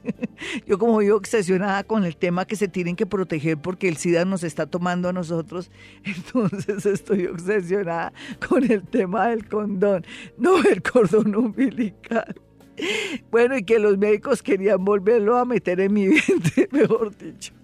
Yo como vivo obsesionada con el tema que se tienen que proteger porque el SIDA nos está tomando a nosotros, entonces estoy obsesionada con el tema del condón, no el cordón umbilical. Bueno, y que los médicos querían volverlo a meter en mi vientre, mejor dicho.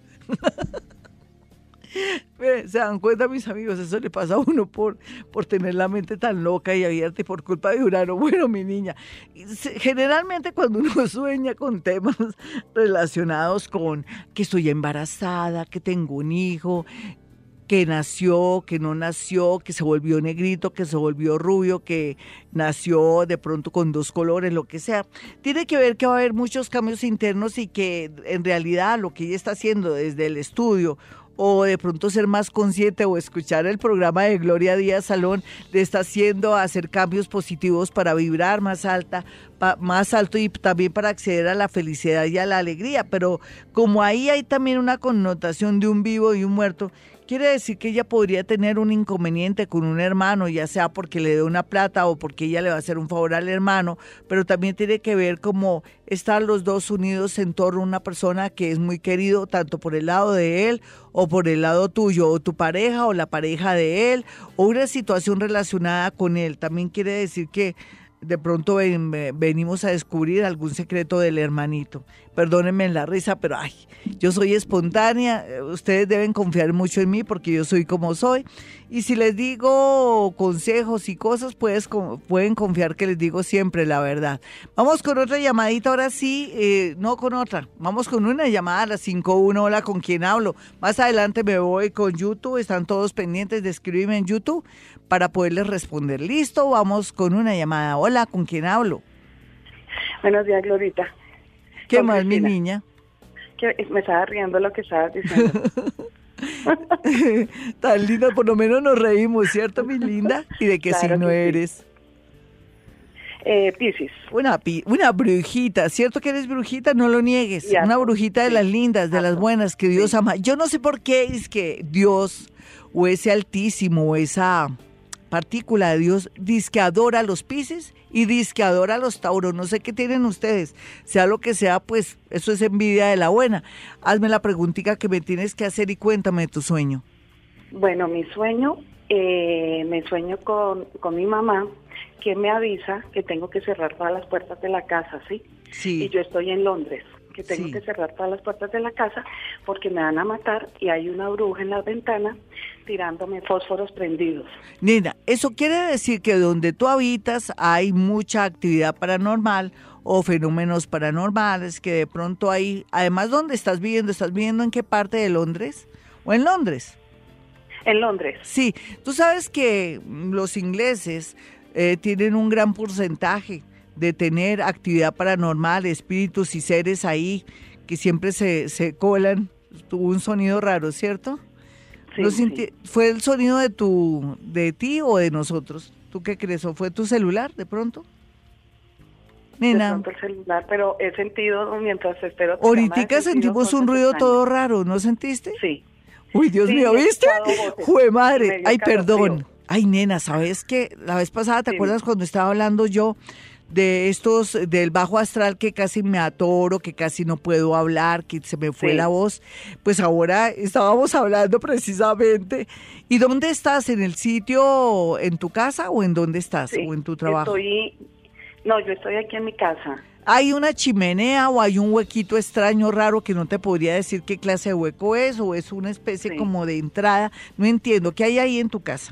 Se dan cuenta, mis amigos, eso le pasa a uno por, por tener la mente tan loca y abierta y por culpa de Urano. Bueno, mi niña, generalmente cuando uno sueña con temas relacionados con que estoy embarazada, que tengo un hijo, que nació, que no nació, que se volvió negrito, que se volvió rubio, que nació de pronto con dos colores, lo que sea, tiene que ver que va a haber muchos cambios internos y que en realidad lo que ella está haciendo desde el estudio, o de pronto ser más consciente o escuchar el programa de Gloria Díaz Salón, le está haciendo hacer cambios positivos para vibrar más alta, pa, más alto y también para acceder a la felicidad y a la alegría. Pero como ahí hay también una connotación de un vivo y un muerto, quiere decir que ella podría tener un inconveniente con un hermano, ya sea porque le dé una plata o porque ella le va a hacer un favor al hermano, pero también tiene que ver cómo están los dos unidos en torno a una persona que es muy querido tanto por el lado de él o por el lado tuyo, o tu pareja o la pareja de él, o una situación relacionada con él. También quiere decir que de pronto ven, venimos a descubrir algún secreto del hermanito. Perdónenme la risa, pero ay, yo soy espontánea, ustedes deben confiar mucho en mí porque yo soy como soy, y si les digo consejos y cosas, pues, pueden confiar que les digo siempre la verdad. Vamos con otra llamadita, ahora sí, eh, no con otra, vamos con una llamada a las cinco uno, hola, ¿con quién hablo? Más adelante me voy con YouTube, están todos pendientes de escribirme en YouTube para poderles responder. Listo, vamos con una llamada, hola, ¿con quién hablo? Buenos días, Glorita. ¿Qué Con más, Cristina. mi niña? Que me estaba riendo lo que estabas diciendo. Tan linda, por lo menos nos reímos, ¿cierto, mi linda? ¿Y de qué Claro signo que sí. eres? Eh, Piscis. Una, pi- una brujita, ¿cierto que eres brujita? No lo niegues. Ya, Una brujita de sí. las lindas, de las buenas, que Dios ama. Yo no sé por qué es que Dios, o ese Altísimo, o esa partícula de Dios, dice que adora a los Piscis y dice que adora a los Tauros. No sé qué tienen ustedes. Sea lo que sea, pues eso es envidia de la buena. Hazme la preguntita que me tienes que hacer y cuéntame de tu sueño. Bueno, mi sueño, eh, me sueño con, con mi mamá, que me avisa que tengo que cerrar todas las puertas de la casa, ¿sí? Sí. Y yo estoy en Londres, que tengo Sí. que cerrar todas las puertas de la casa porque me van a matar y hay una bruja en la ventana tirándome fósforos prendidos. Nena, eso quiere decir que donde tú habitas hay mucha actividad paranormal o fenómenos paranormales, que de pronto hay, además, ¿dónde estás viviendo? ¿Estás viviendo en qué parte de Londres? ¿O en Londres? En Londres. Sí, tú sabes que los ingleses eh, tienen un gran porcentaje de tener actividad paranormal, espíritus y seres ahí que siempre se, se colan. Tuvo un sonido raro, ¿cierto? Sí, ¿Lo sí. sinti- ¿Fue el sonido de tu, de ti o de nosotros? ¿Tú qué crees? ¿O fue tu celular de pronto? De Nena, pronto el celular, pero he sentido mientras espero. tu llamada, ahorita he sentido sentimos un cosas ruido extrañas. todo raro, ¿no sentiste? Sí. Uy, Dios Sí, mío, he ¿viste? escuchado voces. Jue Me madre. dio Ay, calofrío. perdón. Ay, nena, ¿sabes qué? La vez pasada, ¿te Sí. acuerdas cuando estaba hablando yo de estos, del bajo astral, que casi me atoro, que casi no puedo hablar, que se me fue Sí. la voz? Pues ahora estábamos hablando precisamente. ¿Y dónde estás? ¿En el sitio, en tu casa o en dónde estás? Sí. ¿O en tu trabajo? Estoy, no, yo estoy aquí en mi casa. ¿Hay una chimenea o hay un huequito extraño, raro, que no te podría decir qué clase de hueco es, o es una especie Sí. como de entrada? No entiendo. ¿Qué hay ahí en tu casa?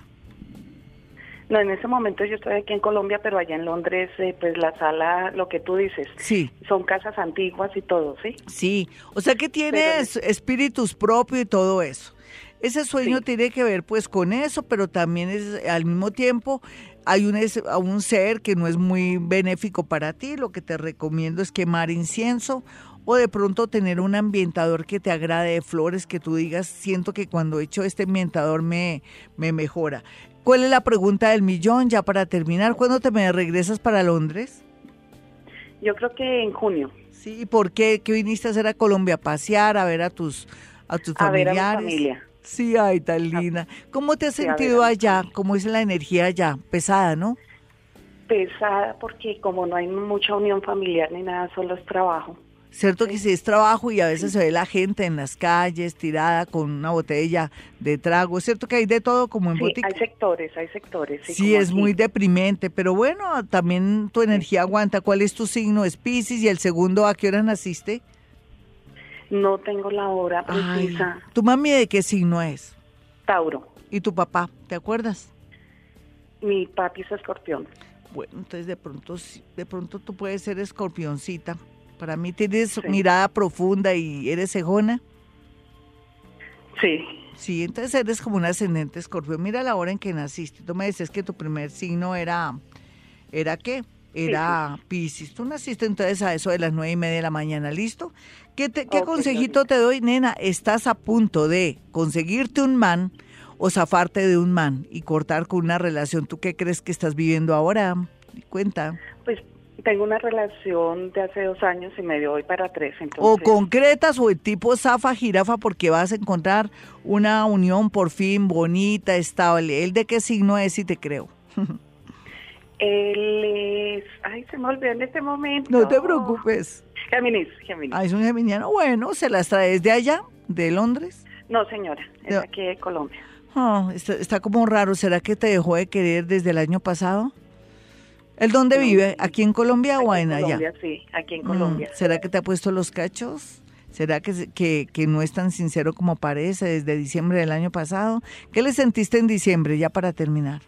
No, en ese momento yo estoy aquí en Colombia, pero allá en Londres, eh, pues la sala, lo que tú dices, Sí, son casas antiguas y todo, ¿sí? sí. O sea que tienes espíritus propios y todo eso. Ese sueño Sí. tiene que ver pues con eso, pero también es al mismo tiempo hay un, es- a un ser que no es muy benéfico para ti. Lo que te recomiendo es quemar incienso o de pronto tener un ambientador que te agrade de flores, que tú digas, siento que cuando echo este ambientador me, me mejora. ¿Cuál es la pregunta del millón? Ya para terminar, ¿cuándo te me regresas para Londres? Yo creo que en junio, Sí, ¿y por qué? ¿Qué viniste a hacer a Colombia? ¿A pasear, a ver a tus, a tus a ver a familiares? mi familia. Sí, ay, tan linda. ¿Cómo te has Sí, a ver sentido a mi allá? ¿Cómo es la energía allá? Pesada, ¿no? Pesada porque como no hay mucha unión familiar ni nada, solo es trabajo. Cierto que sí es trabajo y a veces se ve la gente en las calles tirada con una botella de trago. Es cierto que hay de todo como en Sí, botica. hay sectores, hay sectores. Sí, Sí, como es aquí. muy deprimente, pero bueno, también tu energía aguanta. ¿Cuál es tu signo? Es Piscis, y el segundo, ¿a qué hora naciste? No tengo la hora Ay, precisa. ¿tu mami de qué signo es? Tauro, ¿Y tu papá? ¿Te acuerdas? mi papi es escorpión. Bueno, entonces de pronto, sí- de pronto tú puedes ser escorpioncita. Para mí tienes Sí. mirada profunda y eres cejona. Sí, Sí, entonces eres como un ascendente escorpión. Mira la hora en que naciste. Tú me decías que tu primer signo era, ¿era qué? Era Piscis. Tú naciste entonces a eso de las nueve y media de la mañana, ¿listo? ¿Qué, te, qué Ok, consejito te doy, nena? Estás a punto de conseguirte un man o zafarte de un man y cortar con una relación. ¿Tú qué crees que estás viviendo ahora? Cuenta. pues Tengo una relación de hace dos años y medio, voy para tres. Entonces... O concretas o de tipo zafa, jirafa, porque vas a encontrar una unión por fin bonita, estable. ¿Él de qué signo es, si te creo? Él es... Ay, se me olvidó en este momento. No te preocupes. Géminis, Géminis. Ah, es un geminiano. Bueno, ¿se las traes de allá, de Londres? No, señora, es No. aquí de Colombia. Oh, está, está como raro. ¿Será que te dejó de querer desde el año pasado? ¿Él dónde No, vive? ¿Aquí en Colombia o Aquí en en allá? Colombia, sí, aquí en Mm, Colombia. ¿Será que te ha puesto los cachos? ¿Será que, se- que, que no es tan sincero como parece desde diciembre del año pasado? ¿Qué le sentiste en diciembre, ya para terminar?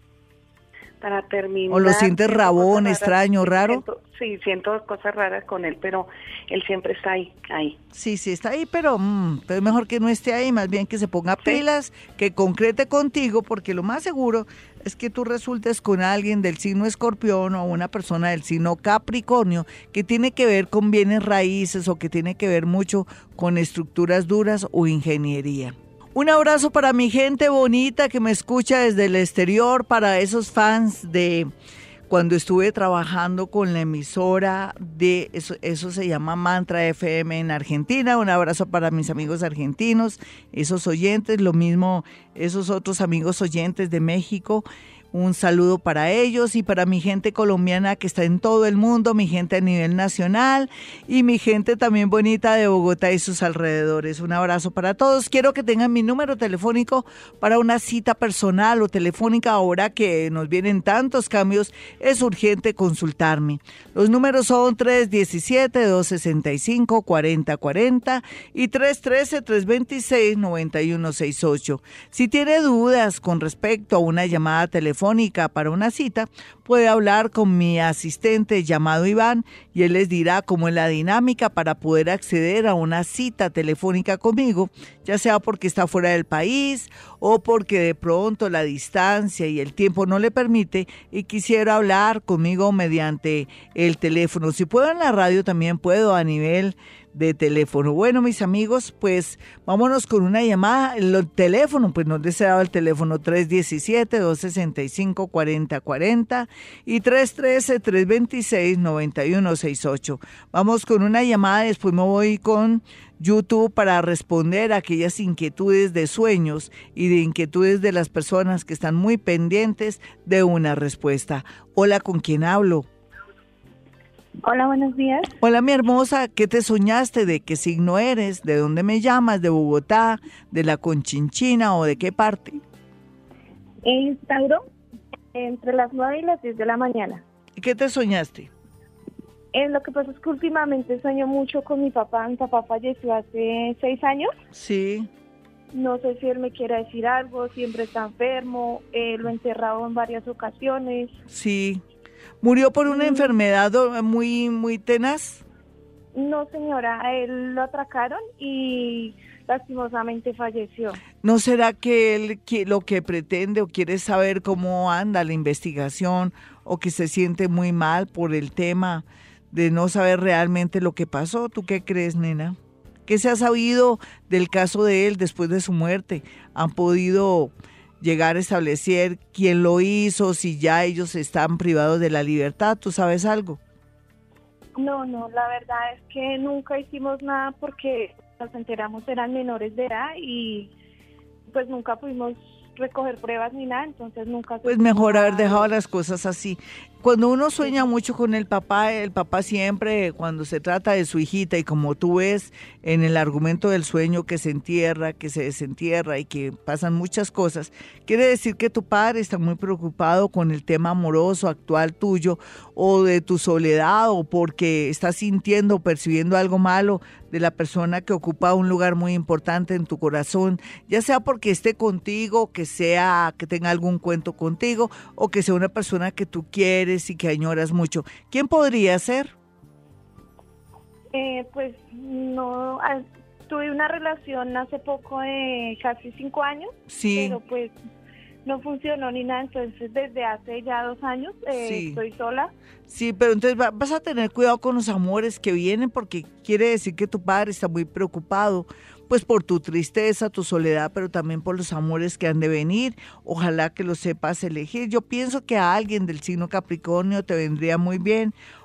Para terminar... ¿O lo sientes siento rabón, cosas raras. extraño, Sí, raro? siento- sí, siento cosas raras con él, pero él siempre está ahí, ahí. Sí, sí, está ahí, pero mm, es mejor que no esté ahí, más bien que se ponga pilas, que concrete contigo, porque lo más seguro es que tú resultes con alguien del signo Escorpión o una persona del signo Capricornio, que tiene que ver con bienes raíces o que tiene que ver mucho con estructuras duras o ingeniería. Un abrazo para mi gente bonita que me escucha desde el exterior, para esos fans de cuando estuve trabajando con la emisora de, eso, eso se llama Mantra F M en Argentina. Un abrazo para mis amigos argentinos, esos oyentes, lo mismo esos otros amigos oyentes de México. Un saludo para ellos y para mi gente colombiana que está en todo el mundo, mi gente a nivel nacional y mi gente también bonita de Bogotá y sus alrededores. Un abrazo para todos. Quiero que tengan mi número telefónico para una cita personal o telefónica. Ahora que nos vienen tantos cambios, es urgente consultarme. Los números son tres uno siete, dos seis cinco, cuatro cero cuatro cero y tres uno tres, tres dos seis, nueve uno seis ocho. Si tiene dudas con respecto a una llamada telefónica para una cita, puede hablar con mi asistente llamado Iván y él les dirá cómo es la dinámica para poder acceder a una cita telefónica conmigo, ya sea porque está fuera del país o porque de pronto la distancia y el tiempo no le permite y quisiera hablar conmigo mediante el teléfono. Si puedo en la radio, también puedo a nivel de teléfono. Bueno, mis amigos, pues vámonos con una llamada. El teléfono, pues nos deseaba el teléfono tres uno siete, dos seis cinco, cuatro cero cuatro cero y tres uno tres, tres dos seis, nueve uno seis ocho. Vamos con una llamada, después me voy con YouTube para responder a aquellas inquietudes de sueños y de inquietudes de las personas que están muy pendientes de una respuesta. Hola, ¿con quién hablo? Hola, buenos días. Hola, mi hermosa, ¿qué te soñaste? ¿De qué signo eres? ¿De dónde me llamas? ¿De Bogotá? ¿De la Conchinchina o de qué parte? En Tauro, entre las nueve y las diez de la mañana. ¿Y qué te soñaste? Eh, lo que pasa es que últimamente sueño mucho con mi papá. Mi papá falleció hace seis años. Sí. No sé si él me quiere decir algo, siempre está enfermo, eh, lo he enterrado en varias ocasiones. Sí. ¿Murió por una Mm. enfermedad muy, muy tenaz? No, señora, a él lo atracaron y lastimosamente falleció. ¿No será que él que- lo que pretende o quiere saber cómo anda la investigación o que se siente muy mal por el tema de no saber realmente lo que pasó? ¿Tú qué crees, nena? ¿Qué se ha sabido del caso de él después de su muerte? ¿Han podido llegar a establecer quién lo hizo, si ya ellos están privados de la libertad? ¿Tú sabes algo? No, no, la verdad es que nunca hicimos nada porque nos enteramos eran menores de edad y pues nunca pudimos recoger pruebas ni nada, entonces nunca... Pues mejor haber dejado las cosas así. Cuando uno sueña mucho con el papá, el papá siempre, cuando se trata de su hijita, y como tú ves en el argumento del sueño que se entierra, que se desentierra y que pasan muchas cosas, quiere decir que tu padre está muy preocupado con el tema amoroso actual tuyo o de tu soledad o porque está sintiendo o percibiendo algo malo de la persona que ocupa un lugar muy importante en tu corazón, ya sea porque esté contigo, que sea que tenga algún cuento contigo o que sea una persona que tú quieres y que añoras mucho. ¿Quién podría ser? Eh, pues no, ah, tuve una relación hace poco de casi cinco años, Sí. pero pues no funcionó ni nada, entonces desde hace ya dos años eh, Sí. estoy sola. Sí, pero entonces va- vas a tener cuidado con los amores que vienen porque quiere decir que tu padre está muy preocupado, pues por tu tristeza, tu soledad, pero también por los amores que han de venir. Ojalá que lo sepas elegir. Yo pienso que a alguien del signo Capricornio te vendría muy bien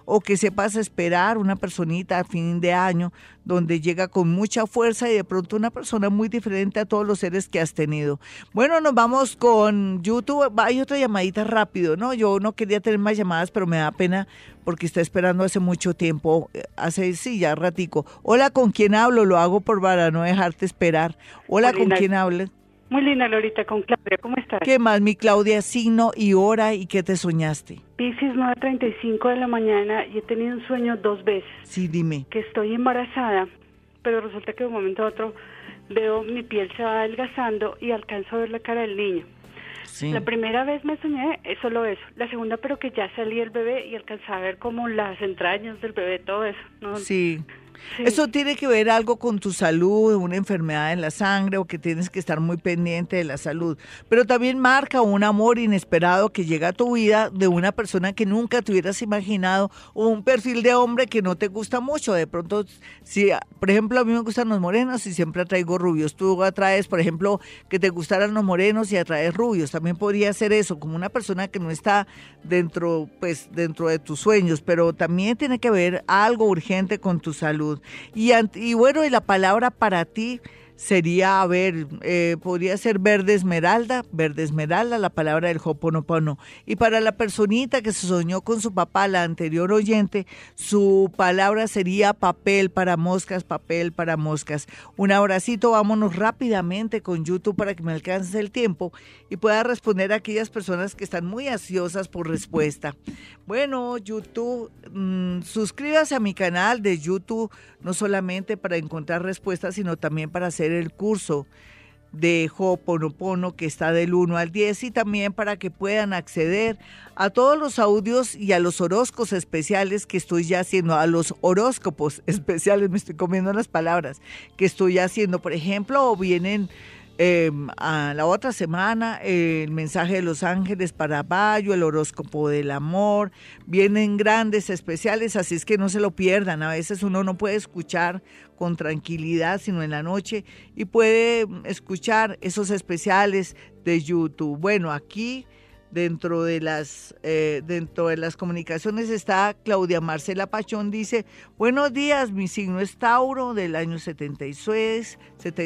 o que sepas esperar una personita a fin de año donde llega con mucha fuerza y de pronto una persona muy diferente a todos los seres que has tenido. Bueno, nos vamos con YouTube. Hay otra llamadita rápido, ¿no? Yo no quería tener más llamadas, pero me da pena porque está esperando hace mucho tiempo, hace sí, ya ratico. Hola, ¿con quién hablo? Lo hago por para no dejarte esperar. Hola, ¿con quién hablo? Muy linda, Lorita, con Claudia, ¿cómo estás? ¿Qué más, mi Claudia? Signo y hora, ¿y qué te soñaste? Piscis, nueve treinta y cinco de la mañana, y he tenido un sueño dos veces. Sí, dime. Que estoy embarazada, pero resulta que de un momento a otro veo mi piel se va adelgazando y alcanzo a ver la cara del niño. Sí. La primera vez me soñé es solo eso. La segunda, pero que ya salía el bebé y alcanzaba a ver como las entrañas del bebé, todo eso, ¿no? Sí. Sí. Eso tiene que ver algo con tu salud, una enfermedad en la sangre o que tienes que estar muy pendiente de la salud. Pero también marca un amor inesperado que llega a tu vida de una persona que nunca te hubieras imaginado o un perfil de hombre que no te gusta mucho. De pronto, si, por ejemplo, a mí me gustan los morenos y siempre atraigo rubios. Tú atraes, por ejemplo, que te gustaran los morenos y atraes rubios. También podría ser eso, como una persona que no está dentro, pues, dentro de tus sueños, pero también tiene que ver algo urgente con tu salud. Y, y bueno, y la palabra para ti sería, a ver, eh, podría ser verde esmeralda, verde esmeralda, la palabra del Ho'oponopono. Y para la personita que se soñó con su papá, la anterior oyente, su palabra sería papel para moscas, papel para moscas. Un abracito, vámonos rápidamente con YouTube para que me alcance el tiempo y pueda responder a aquellas personas que están muy ansiosas por respuesta. Bueno, YouTube, mmm, suscríbase a mi canal de YouTube, no solamente para encontrar respuestas, sino también para hacer el curso de Ho'oponopono que está del uno al diez y también para que puedan acceder a todos los audios y a los horóscopos especiales que estoy ya haciendo, a los horóscopos especiales, me estoy comiendo las palabras, que estoy haciendo. Por ejemplo, vienen Eh, a la otra semana eh, el mensaje de los ángeles para Bayo, el horóscopo del amor, vienen grandes especiales, así es que no se lo pierdan. A veces uno no puede escuchar con tranquilidad sino en la noche y puede escuchar esos especiales de YouTube. Bueno, aquí dentro de las eh, dentro de las comunicaciones está Claudia Marcela Pachón, dice: buenos días, mi signo es Tauro, del año setenta y seis,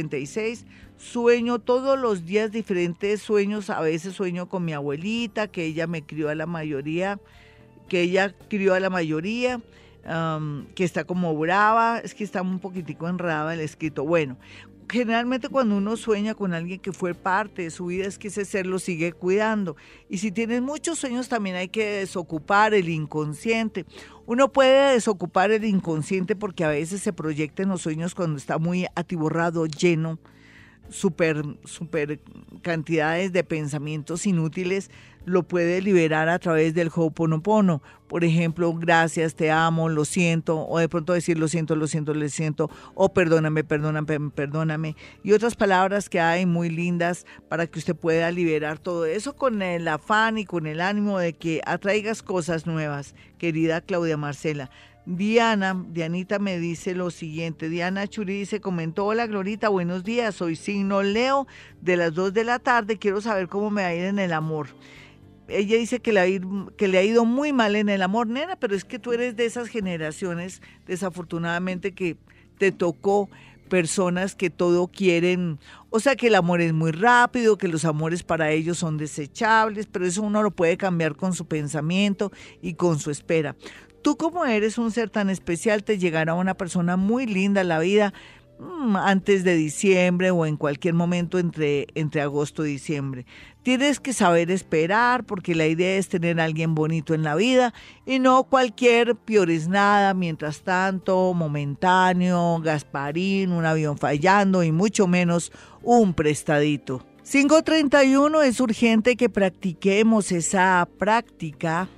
sueño todos los días diferentes sueños, a veces sueño con mi abuelita, que ella me crió a la mayoría, que ella crió a la mayoría, um, que está como brava, es que está un poquitico enredada el escrito. Bueno, generalmente cuando uno sueña con alguien que fue parte de su vida es que ese ser lo sigue cuidando. Y si tienes muchos sueños también hay que desocupar el inconsciente. Uno puede desocupar el inconsciente porque a veces se proyecta en los sueños cuando está muy atiborrado, lleno, super, super cantidades de pensamientos inútiles, lo puede liberar a través del Ho'oponopono. Por ejemplo, gracias, te amo, lo siento, o de pronto decir lo siento, lo siento, lo siento, o perdóname, perdóname, perdóname, y otras palabras que hay muy lindas para que usted pueda liberar todo eso con el afán y con el ánimo de que atraigas cosas nuevas, querida Claudia Marcela. Diana, Dianita me dice lo siguiente, Diana Churi dice, comentó: hola Glorita, buenos días, soy signo Leo, de las dos de la tarde, quiero saber cómo me va a ir en el amor. Ella dice que le, ha ido, que le ha ido muy mal en el amor, nena, pero es que tú eres de esas generaciones, desafortunadamente, que te tocó personas que todo quieren, o sea, que el amor es muy rápido, que los amores para ellos son desechables, pero eso uno lo puede cambiar con su pensamiento y con su espera. Tú, como eres un ser tan especial, te llegará una persona muy linda a la vida mmm, antes de diciembre o en cualquier momento entre, entre agosto y diciembre. Tienes que saber esperar porque la idea es tener a alguien bonito en la vida y no cualquier pioresnada, mientras tanto, momentáneo, Gasparín, un avión fallando y mucho menos un prestadito. cinco treinta y uno, es urgente que practiquemos esa práctica,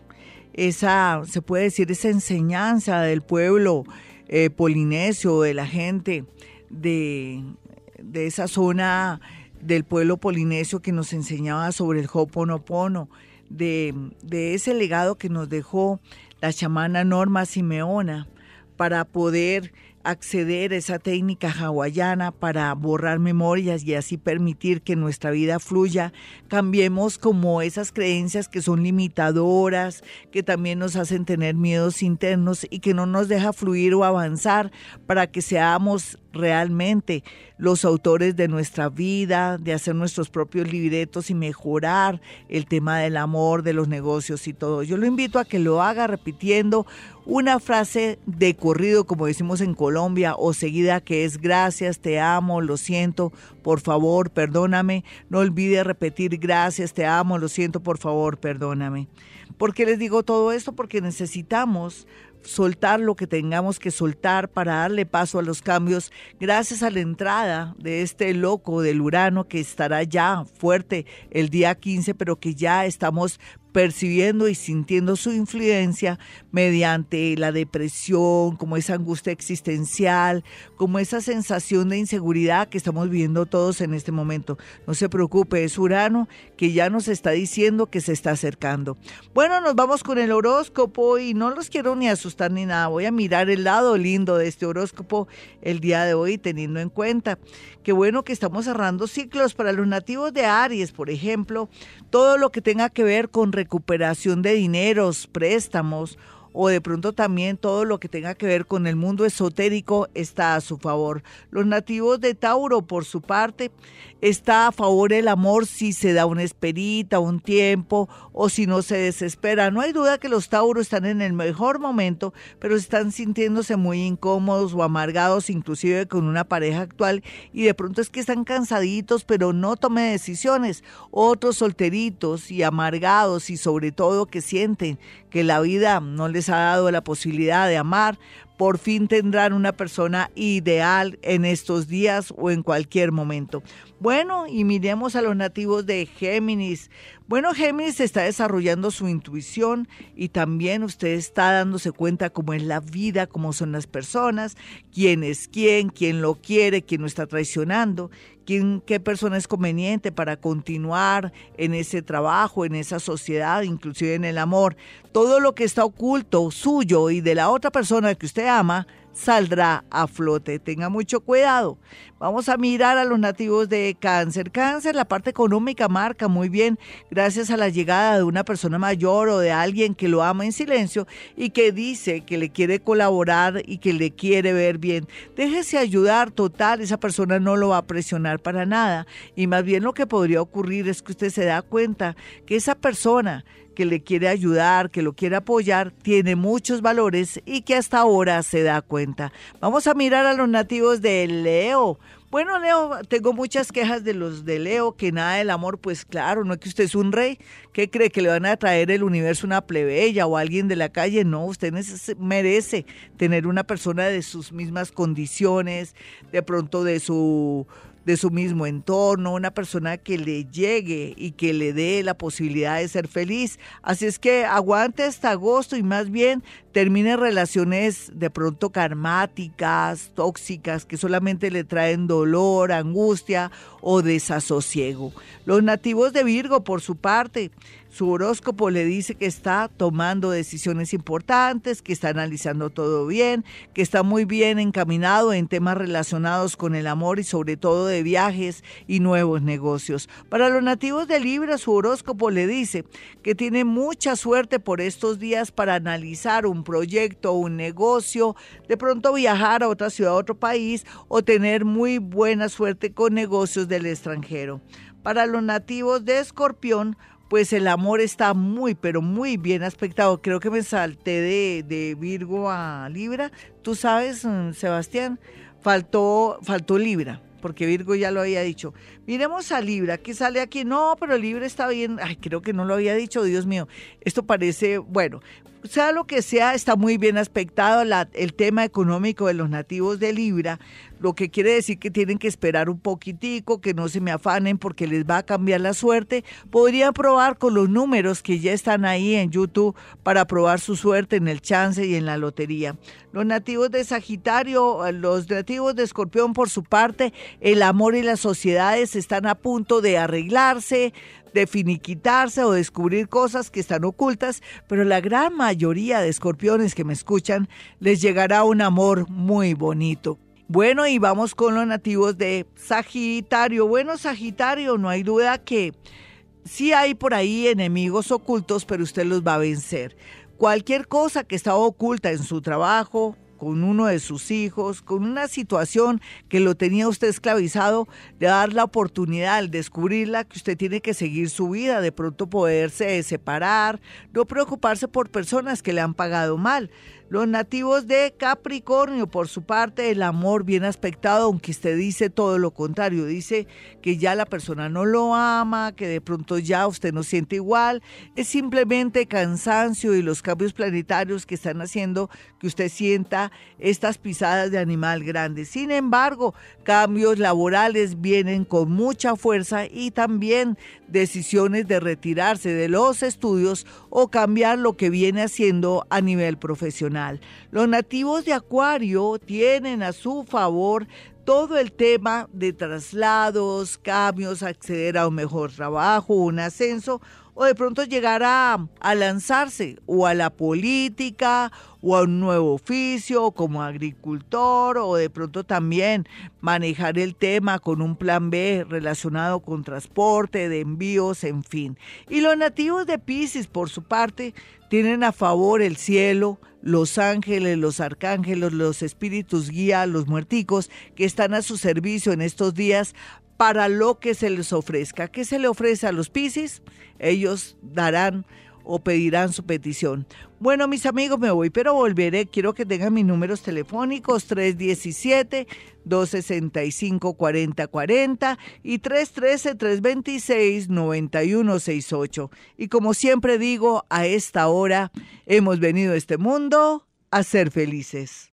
esa, se puede decir, esa enseñanza del pueblo eh, polinesio, de la gente de, de esa zona del pueblo polinesio que nos enseñaba sobre el Ho'oponopono, de, de ese legado que nos dejó la chamana Norma Simeona para poder acceder a esa técnica hawaiana para borrar memorias y así permitir que nuestra vida fluya. Cambiemos como esas creencias que son limitadoras, que también nos hacen tener miedos internos y que no nos deja fluir o avanzar, para que seamos realmente los autores de nuestra vida, de hacer nuestros propios libretos y mejorar el tema del amor, de los negocios y todo. Yo lo invito a que lo haga repitiendo una frase de corrido, como decimos en Colombia, o seguida, que es gracias, te amo, lo siento, por favor, perdóname. No olvide repetir gracias, te amo, lo siento, por favor, perdóname. ¿Por qué les digo todo esto? Porque necesitamos soltar lo que tengamos que soltar para darle paso a los cambios, gracias a la entrada de este loco del Urano, que estará ya fuerte el día quince, pero que ya estamos percibiendo y sintiendo su influencia mediante la depresión, como esa angustia existencial, como esa sensación de inseguridad que estamos viviendo todos en este momento. No se preocupe, es Urano que ya nos está diciendo que se está acercando. Bueno, nos vamos con el horóscopo y no los quiero ni asustar ni nada. Voy a mirar el lado lindo de este horóscopo el día de hoy, teniendo en cuenta que bueno que estamos cerrando ciclos para los nativos de Aries, por ejemplo, todo lo que tenga que ver con recuperación de dineros, préstamos, o de pronto también todo lo que tenga que ver con el mundo esotérico está a su favor. Los nativos de Tauro, por su parte, está a favor el amor si se da una esperita, un tiempo, o si no se desespera. No hay duda que los Tauros están en el mejor momento, pero están sintiéndose muy incómodos o amargados, inclusive con una pareja actual, y de pronto es que están cansaditos, pero no tome decisiones. Otros solteritos y amargados, y sobre todo que sienten que la vida no les ha dado la posibilidad de amar, por fin tendrán una persona ideal en estos días o en cualquier momento. Bueno, y miremos a los nativos de Géminis. Bueno, Géminis está desarrollando su intuición y también usted está dándose cuenta cómo es la vida, cómo son las personas, quién es quién, quién lo quiere, quién lo está traicionando, quién, qué persona es conveniente para continuar en ese trabajo, en esa sociedad, inclusive en el amor. Todo lo que está oculto suyo y de la otra persona que usted ama saldrá a flote. Tenga mucho cuidado. Vamos a mirar a los nativos de Cáncer. Cáncer, la parte económica marca muy bien gracias a la llegada de una persona mayor o de alguien que lo ama en silencio y que dice que le quiere colaborar y que le quiere ver bien. Déjese ayudar, total, esa persona no lo va a presionar para nada, y más bien lo que podría ocurrir es que usted se da cuenta que esa persona que le quiere ayudar, que lo quiere apoyar, tiene muchos valores y que hasta ahora se da cuenta. Vamos a mirar a los nativos de Leo. Bueno, Leo, tengo muchas quejas de los de Leo, que nada del amor, pues claro, no es que usted es un rey. ¿Qué cree? ¿Que le van a traer el universo una plebeya o alguien de la calle? No, usted merece tener una persona de sus mismas condiciones, de pronto de su... de su mismo entorno, una persona que le llegue y que le dé la posibilidad de ser feliz. Así es que aguante hasta agosto y más bien termine relaciones de pronto karmáticas, tóxicas, que solamente le traen dolor, angustia o desasosiego. Los nativos de Virgo, por su parte, su horóscopo le dice que está tomando decisiones importantes, que está analizando todo bien, que está muy bien encaminado en temas relacionados con el amor y sobre todo de viajes y nuevos negocios. Para los nativos de Libra, su horóscopo le dice que tiene mucha suerte por estos días para analizar un proyecto, un negocio, de pronto viajar a otra ciudad, a otro país o tener muy buena suerte con negocios del extranjero. Para los nativos de Escorpión, pues el amor está muy, pero muy bien aspectado. Creo que me salté de, de Virgo a Libra. Tú sabes, Sebastián, faltó, faltó Libra, porque Virgo ya lo había dicho. Miremos a Libra, ¿qué sale aquí? No, pero Libra está bien. Ay, creo que no lo había dicho, Dios mío. Esto parece, bueno, sea lo que sea, está muy bien aspectado la, el tema económico de los nativos de Libra, lo que quiere decir que tienen que esperar un poquitico, que no se me afanen porque les va a cambiar la suerte. Podrían probar con los números que ya están ahí en YouTube para probar su suerte en el chance y en la lotería. Los nativos de Sagitario, los nativos de Escorpión, por su parte, el amor y las sociedades están a punto de arreglarse, de finiquitarse o descubrir cosas que están ocultas, pero la gran mayoría de escorpiones que me escuchan les llegará un amor muy bonito. Bueno, y vamos con los nativos de Sagitario. Bueno, Sagitario, no hay duda que sí hay por ahí enemigos ocultos, pero usted los va a vencer. Cualquier cosa que estaba oculta en su trabajo, con uno de sus hijos, con una situación que lo tenía usted esclavizado, de dar la oportunidad al descubrirla, que usted tiene que seguir su vida, de pronto poderse separar, no preocuparse por personas que le han pagado mal. Los nativos de Capricornio, por su parte, el amor bien aspectado, aunque usted dice todo lo contrario, dice que ya la persona no lo ama, que de pronto ya usted no siente igual, es simplemente cansancio y los cambios planetarios que están haciendo que usted sienta estas pisadas de animal grande. Sin embargo, cambios laborales vienen con mucha fuerza y también decisiones de retirarse de los estudios o cambiar lo que viene haciendo a nivel profesional. Los nativos de Acuario tienen a su favor todo el tema de traslados, cambios, acceder a un mejor trabajo, un ascenso, o de pronto llegar a, a lanzarse o a la política o a un nuevo oficio como agricultor, o de pronto también manejar el tema con un plan B relacionado con transporte, de envíos, en fin. Y los nativos de Piscis, por su parte, tienen a favor el cielo, los ángeles, los arcángeles, los espíritus guía, los muerticos que están a su servicio en estos días para lo que se les ofrezca. ¿Qué se le ofrece a los Piscis? Ellos darán o pedirán su petición. Bueno, mis amigos, me voy, pero volveré. Quiero que tengan mis números telefónicos tres uno siete, dos seis cinco, cuatro cero cuatro cero y tres uno tres, tres dos seis, nueve uno seis ocho. Y como siempre digo, a esta hora hemos venido a este mundo a ser felices.